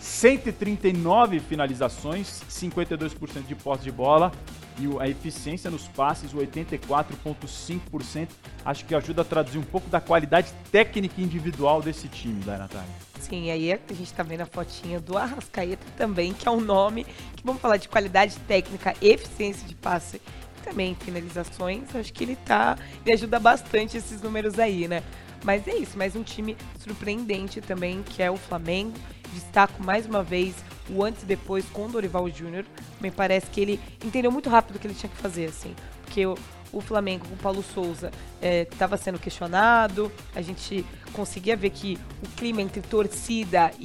139 finalizações, 52% de posse de bola e a eficiência nos passes, 84,5%. Acho que ajuda a traduzir um pouco da qualidade técnica individual desse time, da Natália. Sim, aí a gente tá vendo a fotinha do Arrascaeta também, que é um nome que, vamos falar de qualidade técnica, eficiência de passe e também finalizações. Acho que ele ajuda bastante esses números aí, né? Mas é isso, mais um time surpreendente também, que é o Flamengo. Destaco mais uma vez o antes e depois com o Dorival Júnior. Me parece que ele entendeu muito rápido o que ele tinha que fazer, assim. Porque o Flamengo com o Paulo Souza estava sendo questionado, a gente conseguia ver que o clima entre torcida e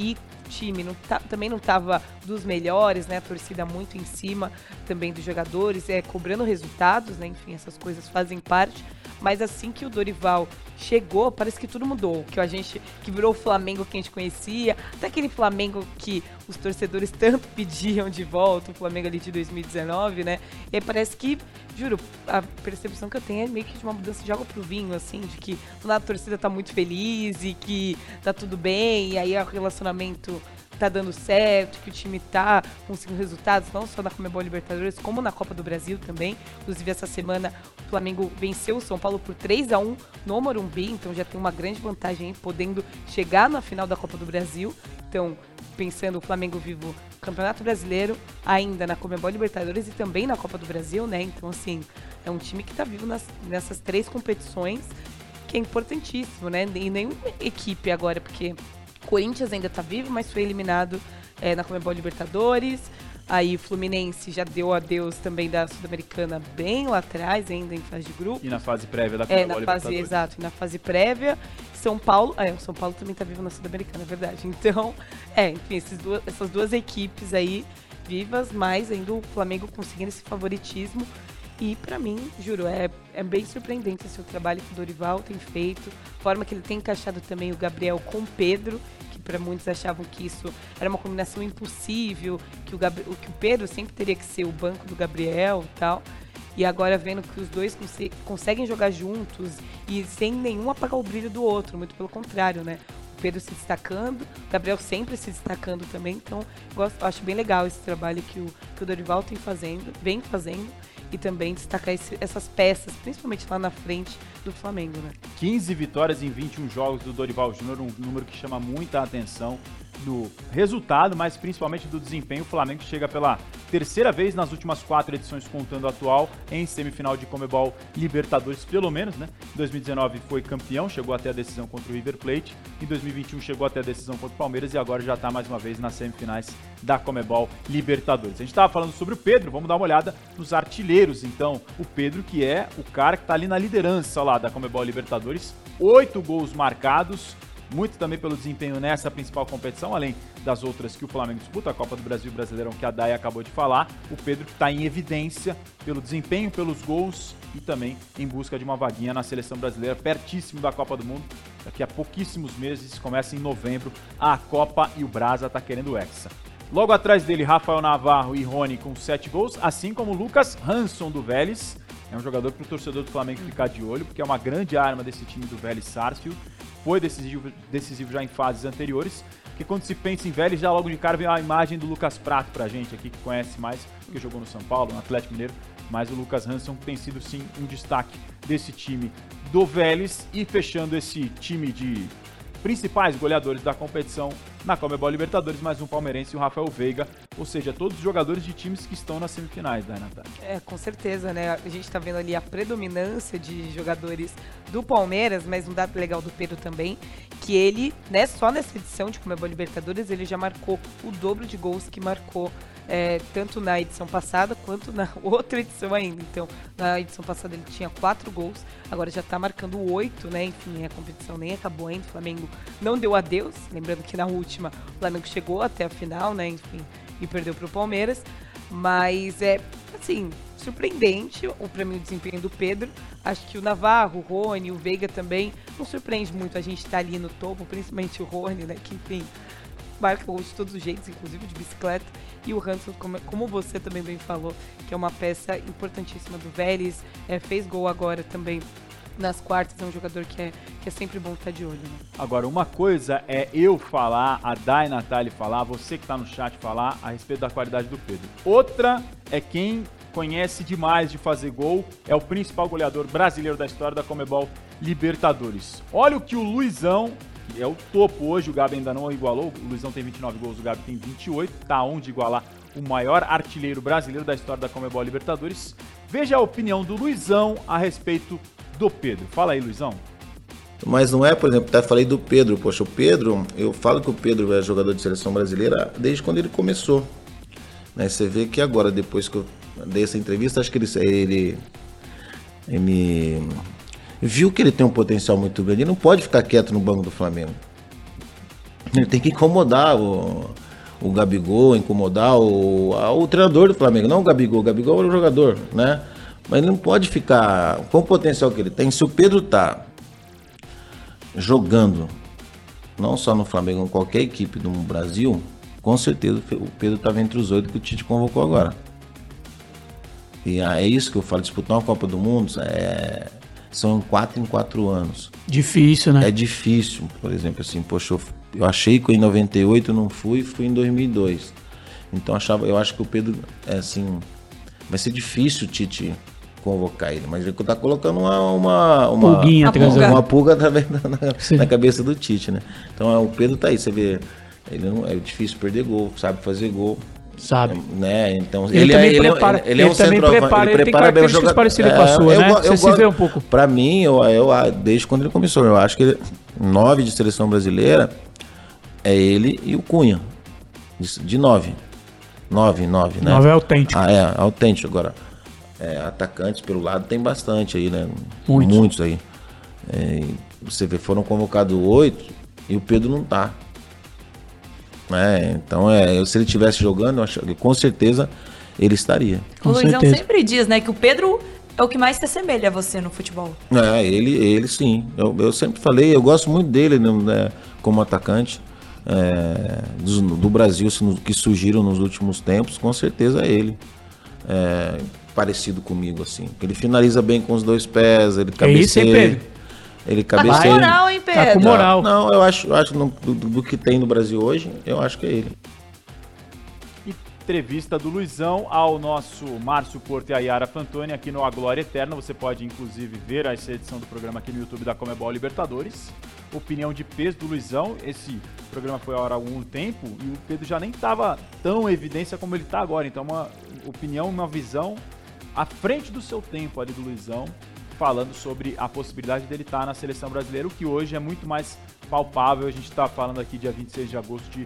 time também não estava dos melhores, né? A torcida muito em cima também dos jogadores, cobrando resultados, né? Enfim, essas coisas fazem parte. Mas assim que o Dorival chegou, parece que tudo mudou. Que virou o Flamengo que a gente conhecia, até aquele Flamengo que os torcedores tanto pediam de volta, o Flamengo ali de 2019, né? E aí parece que, juro, a percepção que eu tenho é meio que de uma mudança de água pro vinho, assim, de que a torcida tá muito feliz e que tá tudo bem, e aí o relacionamento tá dando certo, que o time tá conseguindo resultados, não só na Conmebol Libertadores, como na Copa do Brasil também. Inclusive, essa semana, o Flamengo venceu o São Paulo por 3-1 no Morumbi, então já tem uma grande vantagem aí, podendo chegar na final da Copa do Brasil. Então, pensando o Flamengo vivo Campeonato Brasileiro, ainda na Conmebol Libertadores e também na Copa do Brasil, né? Então, assim, é um time que tá vivo nessas 3 competições, que é importantíssimo, né? E nenhuma equipe agora, porque Corinthians ainda tá vivo, mas foi eliminado na Conmebol Libertadores. Aí o Fluminense já deu adeus também da Sul-Americana bem lá atrás, ainda em fase de grupo. E na fase prévia da Conmebol Libertadores. Exato, e na fase prévia. São Paulo, o São Paulo também tá vivo na Sul-Americana, é verdade. Então, enfim, essas duas equipes aí vivas, mas ainda o Flamengo conseguindo esse favoritismo. E pra mim, juro, é bem surpreendente esse trabalho que o Dorival tem feito, a forma que ele tem encaixado também o Gabriel com o Pedro, que para muitos achavam que isso era uma combinação impossível, que o Pedro sempre teria que ser o banco do Gabriel e tal. E agora vendo que os dois conseguem jogar juntos e sem nenhum apagar o brilho do outro, muito pelo contrário, né? O Pedro se destacando, o Gabriel sempre se destacando também, então acho bem legal esse trabalho que o Dorival vem fazendo. E também destacar essas peças, principalmente lá na frente do Flamengo, né? 15 vitórias em 21 jogos do Dorival Júnior, um número que chama muita atenção do resultado, mas principalmente do desempenho. O Flamengo chega pela terceira vez nas últimas 4 edições, contando a atual, em semifinal de Conmebol Libertadores, pelo menos, né? Em 2019 foi campeão, chegou até a decisão contra o River Plate. Em 2021 chegou até a decisão contra o Palmeiras e agora já está mais uma vez nas semifinais da Conmebol Libertadores. A gente estava falando sobre o Pedro, vamos dar uma olhada nos artilheiros, então. O Pedro, que é o cara que está ali na liderança lá da Conmebol Libertadores, 8 gols marcados, muito também pelo desempenho nessa principal competição, além das outras que o Flamengo disputa, a Copa do Brasil e o Brasileirão, que a Day acabou de falar. O Pedro está em evidência pelo desempenho, pelos gols e também em busca de uma vaguinha na seleção brasileira, pertíssimo da Copa do Mundo. Daqui a pouquíssimos meses, começa em novembro, a Copa e o Brasa está querendo o Hexa. Logo atrás dele, Rafael Navarro e Rony com 7 gols, assim como Lucas Hanson do Vélez. É um jogador para o torcedor do Flamengo ficar de olho, porque é uma grande arma desse time do Vélez Sarsfield. Foi decisivo já em fases anteriores, porque quando se pensa em Vélez, já logo de cara vem a imagem do Lucas Prato pra gente aqui, que conhece mais, porque jogou no São Paulo, no Atlético Mineiro, mas o Lucas Hanson tem sido sim um destaque desse time do Vélez, e fechando esse time de principais goleadores da competição na Conmebol Libertadores, mais um palmeirense e o Rafael Veiga, ou seja, todos os jogadores de times que estão nas semifinais, né, Natália? Com certeza, né? A gente tá vendo ali a predominância de jogadores do Palmeiras, mas um dado legal do Pedro também, que ele, né, só nessa edição de Conmebol Libertadores, ele já marcou o dobro de gols que marcou tanto na edição passada quanto na outra edição ainda. Então, na edição passada ele tinha 4 gols, agora já tá marcando 8, né? Enfim, a competição nem acabou ainda, o Flamengo não deu adeus, lembrando que na última o Flamengo chegou até a final, né? Enfim, e perdeu pro Palmeiras, mas assim, surpreendente pra mim o desempenho do Pedro. Acho que o Navarro, o Rony, o Veiga também não surpreende muito a gente estar ali no topo, principalmente o Rony, né? Que, enfim, marca gol de todos os jeitos, inclusive de bicicleta. E o Hanson, como você também bem falou, que é uma peça importantíssima do Vélez, fez gol agora também nas quartas, é um jogador que é sempre bom estar de olho, né? Agora, uma coisa é eu falar, a Day e a Natália falar, você que está no chat falar a respeito da qualidade do Pedro. Outra é quem conhece demais de fazer gol, é o principal goleador brasileiro da história da Conmebol Libertadores. Olha o que o Luizão, que é o topo hoje, o Gabi ainda não igualou, o Luizão tem 29 gols, o Gabi tem 28, tá onde igualar o maior artilheiro brasileiro da história da Conmebol Libertadores. Veja a opinião do Luizão a respeito do Pedro. Fala aí, Luizão. Mas não é, por exemplo, falei do Pedro. Poxa, o Pedro, eu falo que o Pedro é jogador de seleção brasileira desde quando ele começou. Né? Você vê que agora, depois que eu dei essa entrevista, acho que ele viu que ele tem um potencial muito grande. Ele não pode ficar quieto no banco do Flamengo. Ele tem que incomodar o Gabigol, incomodar o treinador do Flamengo, não o Gabigol. O Gabigol é o jogador, né? Mas ele não pode ficar com o potencial que ele tem. Se o Pedro tá jogando, não só no Flamengo, em qualquer equipe do Brasil, com certeza o Pedro estava entre os 8 que o Tite convocou agora. E é isso que eu falo, disputar uma Copa do Mundo são 4 em 4 anos. Difícil, né? É difícil, por exemplo, assim, poxa, eu achei que em 98 eu não fui em 2002. Então eu acho que o Pedro, assim, vai ser difícil o Tite convocar ele, mas ele tá colocando uma pulga através na cabeça do Tite, né? Então o Pedro tá aí, você vê, ele não é difícil perder gol, sabe fazer gol. Sabe, né? Então ele é um centroavante, ele prepara bem o jogador. Parecido com a sua, né? Você se vê um pouco. Pra mim, eu desde quando ele começou, eu acho que ele 9 de seleção brasileira é ele e o Cunha. De 9, né? 9 é autêntico. É autêntico. Agora, atacantes pelo lado tem bastante aí, né? Muitos aí. Você vê, foram convocados 8 e o Pedro não tá. Então, se ele estivesse jogando, eu acho que com certeza ele estaria. O Luizão sempre diz, né, que o Pedro é o que mais se assemelha a você no futebol. Ele sim. Eu sempre falei, eu gosto muito dele, né, como atacante do Brasil, que surgiram nos últimos tempos, com certeza é ele. Parecido comigo, assim. Ele finaliza bem com os 2 pés, ele cabeceia. Isso, hein, Pedro? Ele cabeceia. Tá com moral, hein, Pedro? Tá com moral. Não, eu acho do que tem no Brasil hoje, eu acho que é ele. Entrevista do Luizão ao nosso Márcio Porto e a Yara Fantoni aqui no A Glória Eterna. Você pode, inclusive, ver essa edição do programa aqui no YouTube da Comebol Libertadores. Opinião de peso do Luizão. Esse programa foi há algum tempo e o Pedro já nem estava tão em evidência como ele está agora. Então, uma opinião, uma visão à frente do seu tempo ali do Luizão, falando sobre a possibilidade dele estar na seleção brasileira, o que hoje é muito mais palpável. A gente está falando aqui dia 26 de agosto de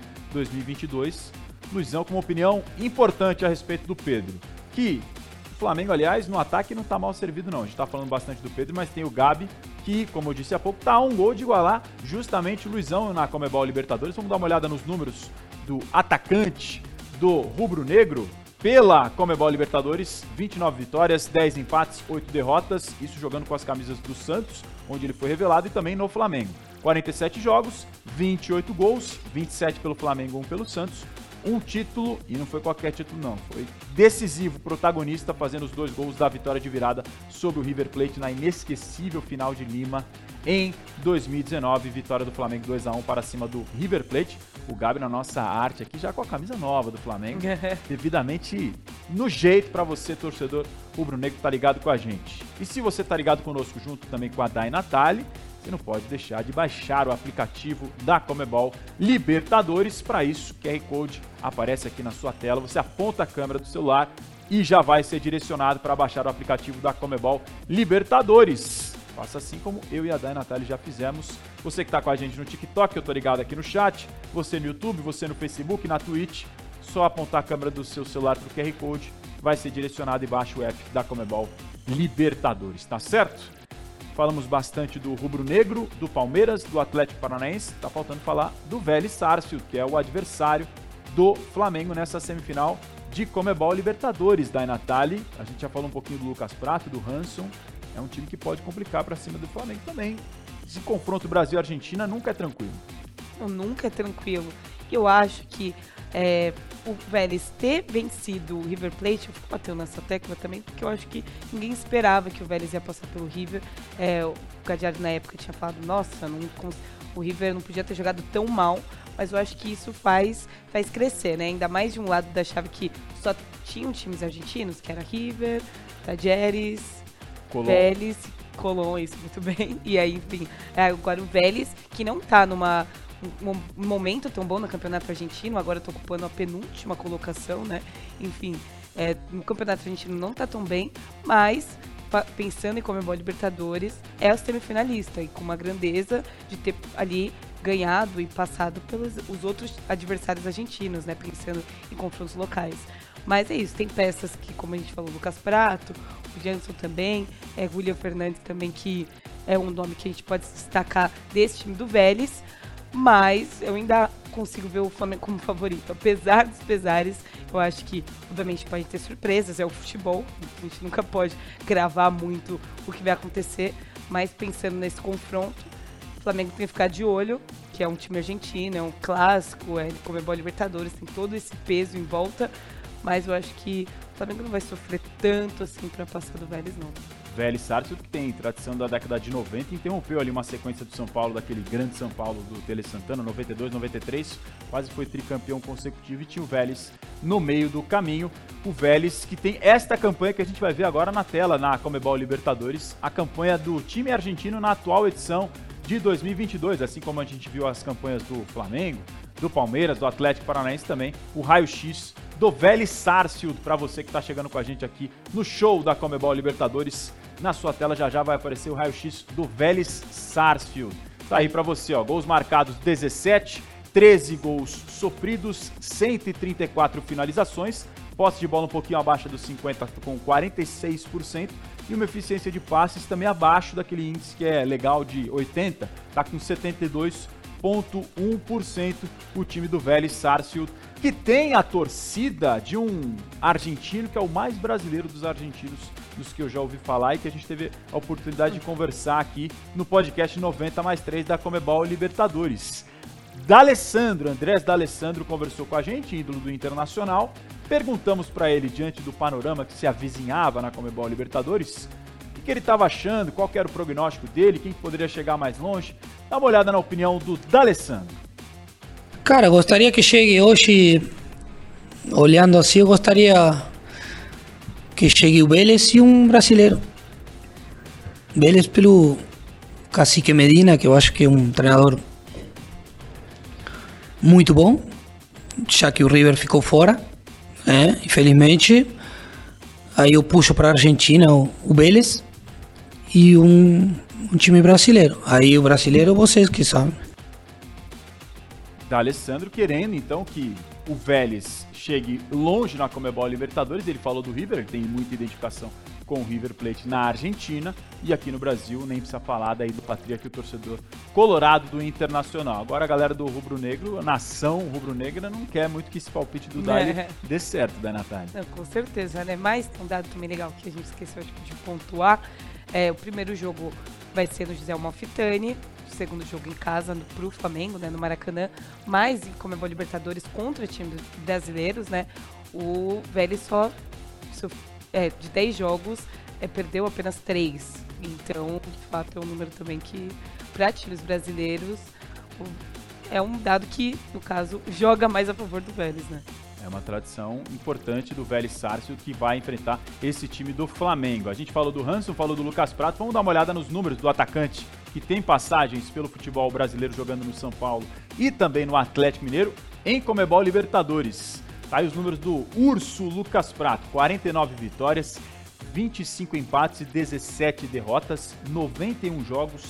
2022. Luizão com uma opinião importante a respeito do Pedro, que o Flamengo, aliás, no ataque não está mal servido não. A gente está falando bastante do Pedro, mas tem o Gabi, que, como eu disse há pouco, está a um gol de igualar justamente o Luizão na Comebol Libertadores. Vamos dar uma olhada nos números do atacante do rubro-negro pela Comebol Libertadores: 29 vitórias, 10 empates, 8 derrotas, isso jogando com as camisas do Santos, onde ele foi revelado, e também no Flamengo. 47 jogos, 28 gols, 27 pelo Flamengo, 1 pelo Santos, um título, e não foi qualquer título não, foi decisivo, protagonista, fazendo os 2 gols da vitória de virada sobre o River Plate na inesquecível final de Lima em 2019, vitória do Flamengo 2-1 para cima do River Plate. O Gabi na nossa arte aqui já com a camisa nova do Flamengo, devidamente no jeito para você, torcedor rubro-negro, tá ligado com a gente. E se você tá ligado conosco junto também com a Dai e Natália, você não pode deixar de baixar o aplicativo da Comebol Libertadores. Para isso, QR Code aparece aqui na sua tela, você aponta a câmera do celular e já vai ser direcionado para baixar o aplicativo da Comebol Libertadores. Faça assim como eu e a Dai e a Natália já fizemos. Você que está com a gente no TikTok, eu tô ligado aqui no chat, você no YouTube, você no Facebook, na Twitch, só apontar a câmera do seu celular para o QR Code, vai ser direcionado e baixa o app da Comebol Libertadores, tá certo? Falamos bastante do rubro-negro, do Palmeiras, do Atlético Paranaense. Tá faltando falar do Vélez Sarsfield, que é o adversário do Flamengo nessa semifinal de Comebol Libertadores. Da Natália, a gente já falou um pouquinho do Lucas Prato, do Hanson. É um time que pode complicar para cima do Flamengo também. Esse confronto Brasil-Argentina nunca é tranquilo. Nunca é tranquilo. Eu acho que o Vélez ter vencido o River Plate, eu fico batendo nessa tecla também, porque eu acho que ninguém esperava que o Vélez ia passar pelo River. O Gadiardo na época tinha falado, nossa, o River não podia ter jogado tão mal, mas eu acho que isso faz crescer, né? Ainda mais de um lado da chave que só tinham times argentinos, que era River, Talleres, Vélez, Colón, isso, muito bem. E aí, enfim, agora o Vélez, que não tá um momento tão bom no campeonato argentino, agora tô ocupando a penúltima colocação, né? Enfim, no campeonato argentino não tá tão bem, mas pensando em Comebol Libertadores, é o semifinalista e com uma grandeza de ter ali ganhado e passado pelos os outros adversários argentinos, né? Pensando em confrontos locais. Mas é isso, tem peças que, como a gente falou, Lucas Prato, o Janson também, Julián Fernandes também, que é um nome que a gente pode destacar desse time do Vélez. Mas eu ainda consigo ver o Flamengo como favorito. Apesar dos pesares, eu acho que, obviamente, pode ter surpresas, é o futebol, a gente nunca pode gravar muito o que vai acontecer, mas pensando nesse confronto, o Flamengo tem que ficar de olho, que é um time argentino, é um clássico, é Comebol Libertadores, tem todo esse peso em volta, mas eu acho que o Flamengo não vai sofrer tanto assim para passar do Vélez, não. Vélez Sarsfield, que tem tradição da década de 90, interrompeu ali uma sequência do São Paulo, daquele grande São Paulo do Tele Santana, 92, 93, quase foi tricampeão consecutivo e tinha o Vélez no meio do caminho. O Vélez que tem esta campanha que a gente vai ver agora na tela, na Comebol Libertadores, a campanha do time argentino na atual edição de 2022, assim como a gente viu as campanhas do Flamengo, do Palmeiras, do Atlético Paranaense também, o raio-x do Vélez Sarsfield, para você que está chegando com a gente aqui no show da Comebol Libertadores. Na sua tela já vai aparecer o raio-x do Vélez Sarsfield. Tá aí para você, ó, gols marcados 17, 13 gols sofridos, 134 finalizações, posse de bola um pouquinho abaixo dos 50 com 46% e uma eficiência de passes também abaixo daquele índice que é legal de 80, tá com 72,1% o time do Vélez Sarsfield, que tem a torcida de um argentino que é o mais brasileiro dos argentinos dos que eu já ouvi falar e que a gente teve a oportunidade de conversar aqui no podcast 90+3 da Comebol Libertadores. Andrés D'Alessandro conversou com a gente, ídolo do Internacional. Perguntamos para ele, diante do panorama que se avizinhava na Comebol Libertadores, o que ele estava achando, qual que era o prognóstico dele, quem poderia chegar mais longe. Dá uma olhada na opinião do D'Alessandro. Cara, gostaria que chegue hoje, olhando assim, eu gostaria que chegue o Vélez e um brasileiro. Vélez pelo Cacique Medina, que eu acho que é um treinador muito bom, já que o River ficou fora, infelizmente. Aí eu puxo para a Argentina o Vélez e um time brasileiro. Aí o brasileiro vocês que sabem. D'Alessandro querendo então que o Vélez chegue longe na Comebol Libertadores. Ele falou do River, ele tem muita identificação com o River Plate na Argentina, e aqui no Brasil nem precisa falar da idolatria que o torcedor colorado do Internacional. Agora a galera do rubro-negro, a nação rubro-negra, não quer muito que esse palpite do Dali dê certo, da Natália. Não, com certeza, né? Mas tem um dado também legal que a gente esqueceu de pontuar. O primeiro jogo vai ser no José Amalfitani, o segundo jogo em casa pro Flamengo, né, no Maracanã, mas em Comebol Libertadores contra times brasileiros, né? O Vélez só de 10 jogos perdeu apenas 3. Então, de fato, é um número também que, para times brasileiros, é um dado que, no caso, joga mais a favor do Vélez, né? É uma tradição importante do Vélez Sarsfield que vai enfrentar esse time do Flamengo. A gente falou do Hanson, falou do Lucas Prato. Vamos dar uma olhada nos números do atacante que tem passagens pelo futebol brasileiro jogando no São Paulo e também no Atlético Mineiro em Comebol Libertadores. Tá aí os números do Urso Lucas Prato: 49 vitórias, 25 empates e 17 derrotas, 91 jogos,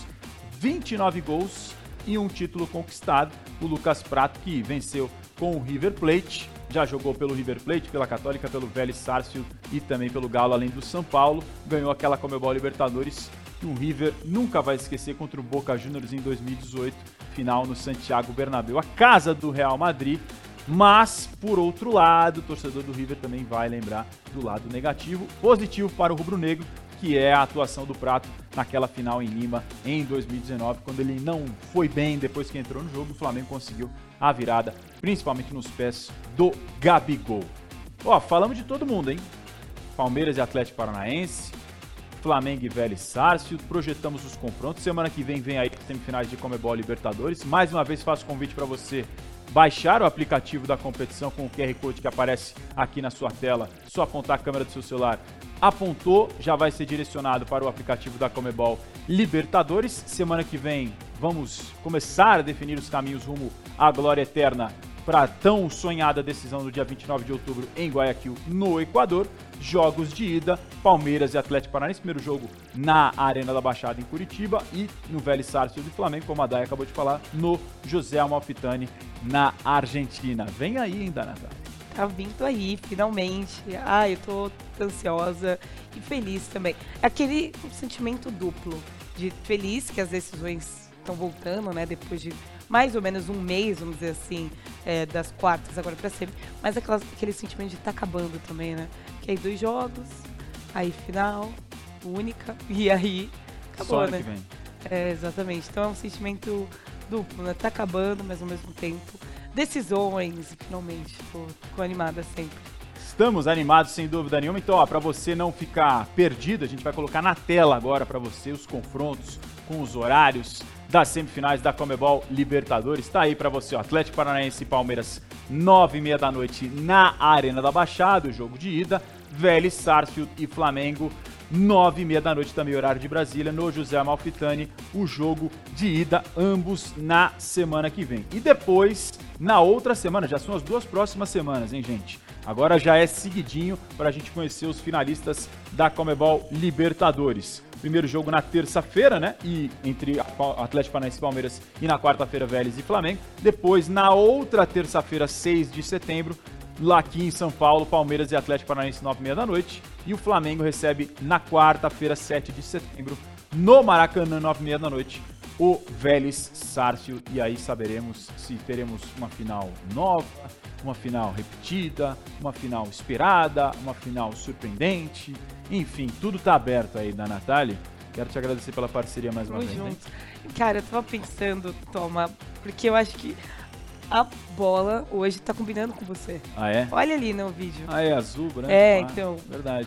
29 gols e um título conquistado. O Lucas Prato, que venceu com o River Plate, já jogou pelo River Plate, pela Católica, pelo Vélez Sarsfield e também pelo Galo, além do São Paulo. Ganhou aquela Comebol Libertadores que o River nunca vai esquecer contra o Boca Juniors em 2018, final no Santiago Bernabéu, a casa do Real Madrid. Mas, por outro lado, o torcedor do River também vai lembrar do lado negativo. Positivo para o rubro-negro, que é a atuação do Prato naquela final em Lima em 2019, quando ele não foi bem depois que entrou no jogo. O Flamengo conseguiu a virada, principalmente nos pés do Gabigol. Falamos de todo mundo, hein? Palmeiras e Atlético Paranaense, Flamengo e Vélez Sarsfield, projetamos os confrontos. Semana que vem aí as semifinais de Comebol Libertadores. Mais uma vez faço convite para você baixar o aplicativo da competição com o QR Code que aparece aqui na sua tela. Só apontar a câmera do seu celular, apontou, já vai ser direcionado para o aplicativo da Comebol Libertadores. Semana que vem vamos começar a definir os caminhos rumo à glória eterna para a tão sonhada decisão do dia 29 de outubro em Guayaquil, no Equador. Jogos de ida, Palmeiras e Atlético Paranaense, primeiro jogo na Arena da Baixada em Curitiba e no Vélez Sarsfield do Flamengo, como a Day acabou de falar, no José Amalfitani, na Argentina. Vem aí, hein, Natália? Tá vindo aí, finalmente. Eu tô ansiosa e feliz também. É aquele sentimento duplo de feliz que as decisões estão voltando, né, depois de mais ou menos um mês, vamos dizer assim, das quartas agora pra sempre. Mas aquele sentimento de tá acabando também, né? Que aí 2 jogos, aí final, única, e aí acabou, Só ano né? que vem. Exatamente. Então é um sentimento duplo, né? Tá acabando, mas ao mesmo tempo, decisões, e finalmente, tô animada sempre. Estamos animados, sem dúvida nenhuma. Então, ó, para você não ficar perdido, a gente vai colocar na tela agora para você os confrontos com os horários das semifinais da Conmebol Libertadores. Tá aí para você, ó, Atlético Paranaense e Palmeiras, 9h30 da noite na Arena da Baixada, o jogo de ida. Vélez, Sarsfield e Flamengo, 9h30 da noite, também horário de Brasília, no José Amalfitani, o jogo de ida, ambos na semana que vem. E depois, na outra semana, já são as 2 próximas semanas, hein, gente? Agora já é seguidinho para a gente conhecer os finalistas da Conmebol Libertadores. Primeiro jogo na terça-feira, né? E entre Atlético Paranaense e Palmeiras, e na quarta-feira Vélez e Flamengo. Depois, na outra terça-feira, 6 de setembro, lá aqui em São Paulo, Palmeiras e Atlético Paranaense, 9h30 da noite. E o Flamengo recebe na quarta-feira, 7 de setembro, no Maracanã, 9h30 da noite, o Vélez Sarsfield. E aí saberemos se teremos uma final nova, uma final repetida, uma final esperada, uma final surpreendente. Enfim, tudo tá aberto aí da Natália. Quero te agradecer pela parceria mais uma vez. Junto. Cara, eu tava pensando, Toma, porque eu acho que a bola hoje tá combinando com você. Ah, é? Olha ali no vídeo. Ah, é azul, né? Então. Verdade.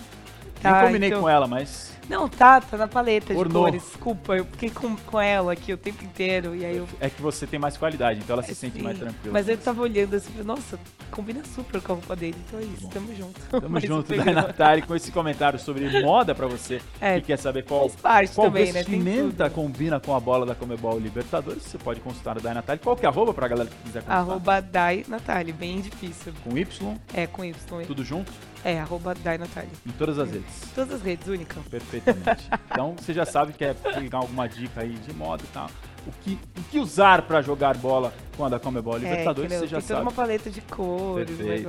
Tá, Nem combinei então... com ela, mas... Não, tá na paleta de Ornou. cores. Desculpa, eu fiquei com ela aqui o tempo inteiro e aí eu... É que você tem mais qualidade, então ela se sente mais tranquila. Mas eu tava olhando assim, nossa, combina super com a roupa dele, então é isso, tamo junto. Tamo junto, Day Natália, com esse comentário sobre moda pra você que quer saber qual também, vestimenta combina com a bola da Conmebol Libertadores. Você pode consultar o Day Natália. Qual que é a arroba pra galera que quiser consultar? @Day Natália, bem difícil. Com Y? Com Y. Tudo junto? @Day Natália. Em todas as redes? Todas as redes, única. Perfeitamente. Então você já sabe que quer pegar alguma dica aí de moda e tal. O que usar pra jogar bola com a da Conmebol Libertadores, você já tem toda sabe. uma paleta de cores. Perfeito.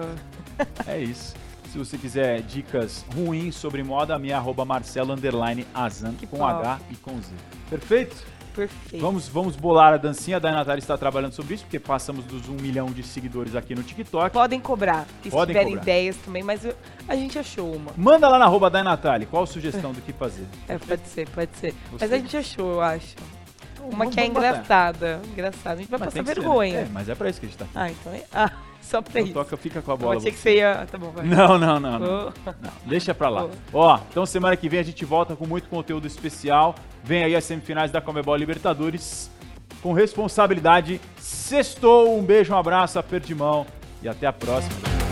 É isso. Se você quiser dicas ruins sobre moda, a minha @ Marcelo_Azan, com H e com Z. Perfeito? Perfeito. Vamos bolar a dancinha. A Day Natália está trabalhando sobre isso, porque passamos dos 1 milhão de seguidores aqui no TikTok. Podem cobrar, se tiverem ideias também, mas a gente achou uma. Manda lá na @Day Natália, qual a sugestão do que fazer? Pode ser. Gostei. Mas a gente achou, eu acho. Uma vamos que é botar. engraçada. A gente vai passar vergonha. Né? Mas é pra isso que a gente tá aqui. Então só pra isso. Toca, fica com a bola. Eu achei que você ia... Tá bom, vai. Não. Deixa pra lá. Ó, então semana que vem a gente volta com muito conteúdo especial. Vem aí as semifinais da Conmebol Libertadores. Com responsabilidade. Sextou. Um beijo, um abraço, aperto de mão. E até a próxima.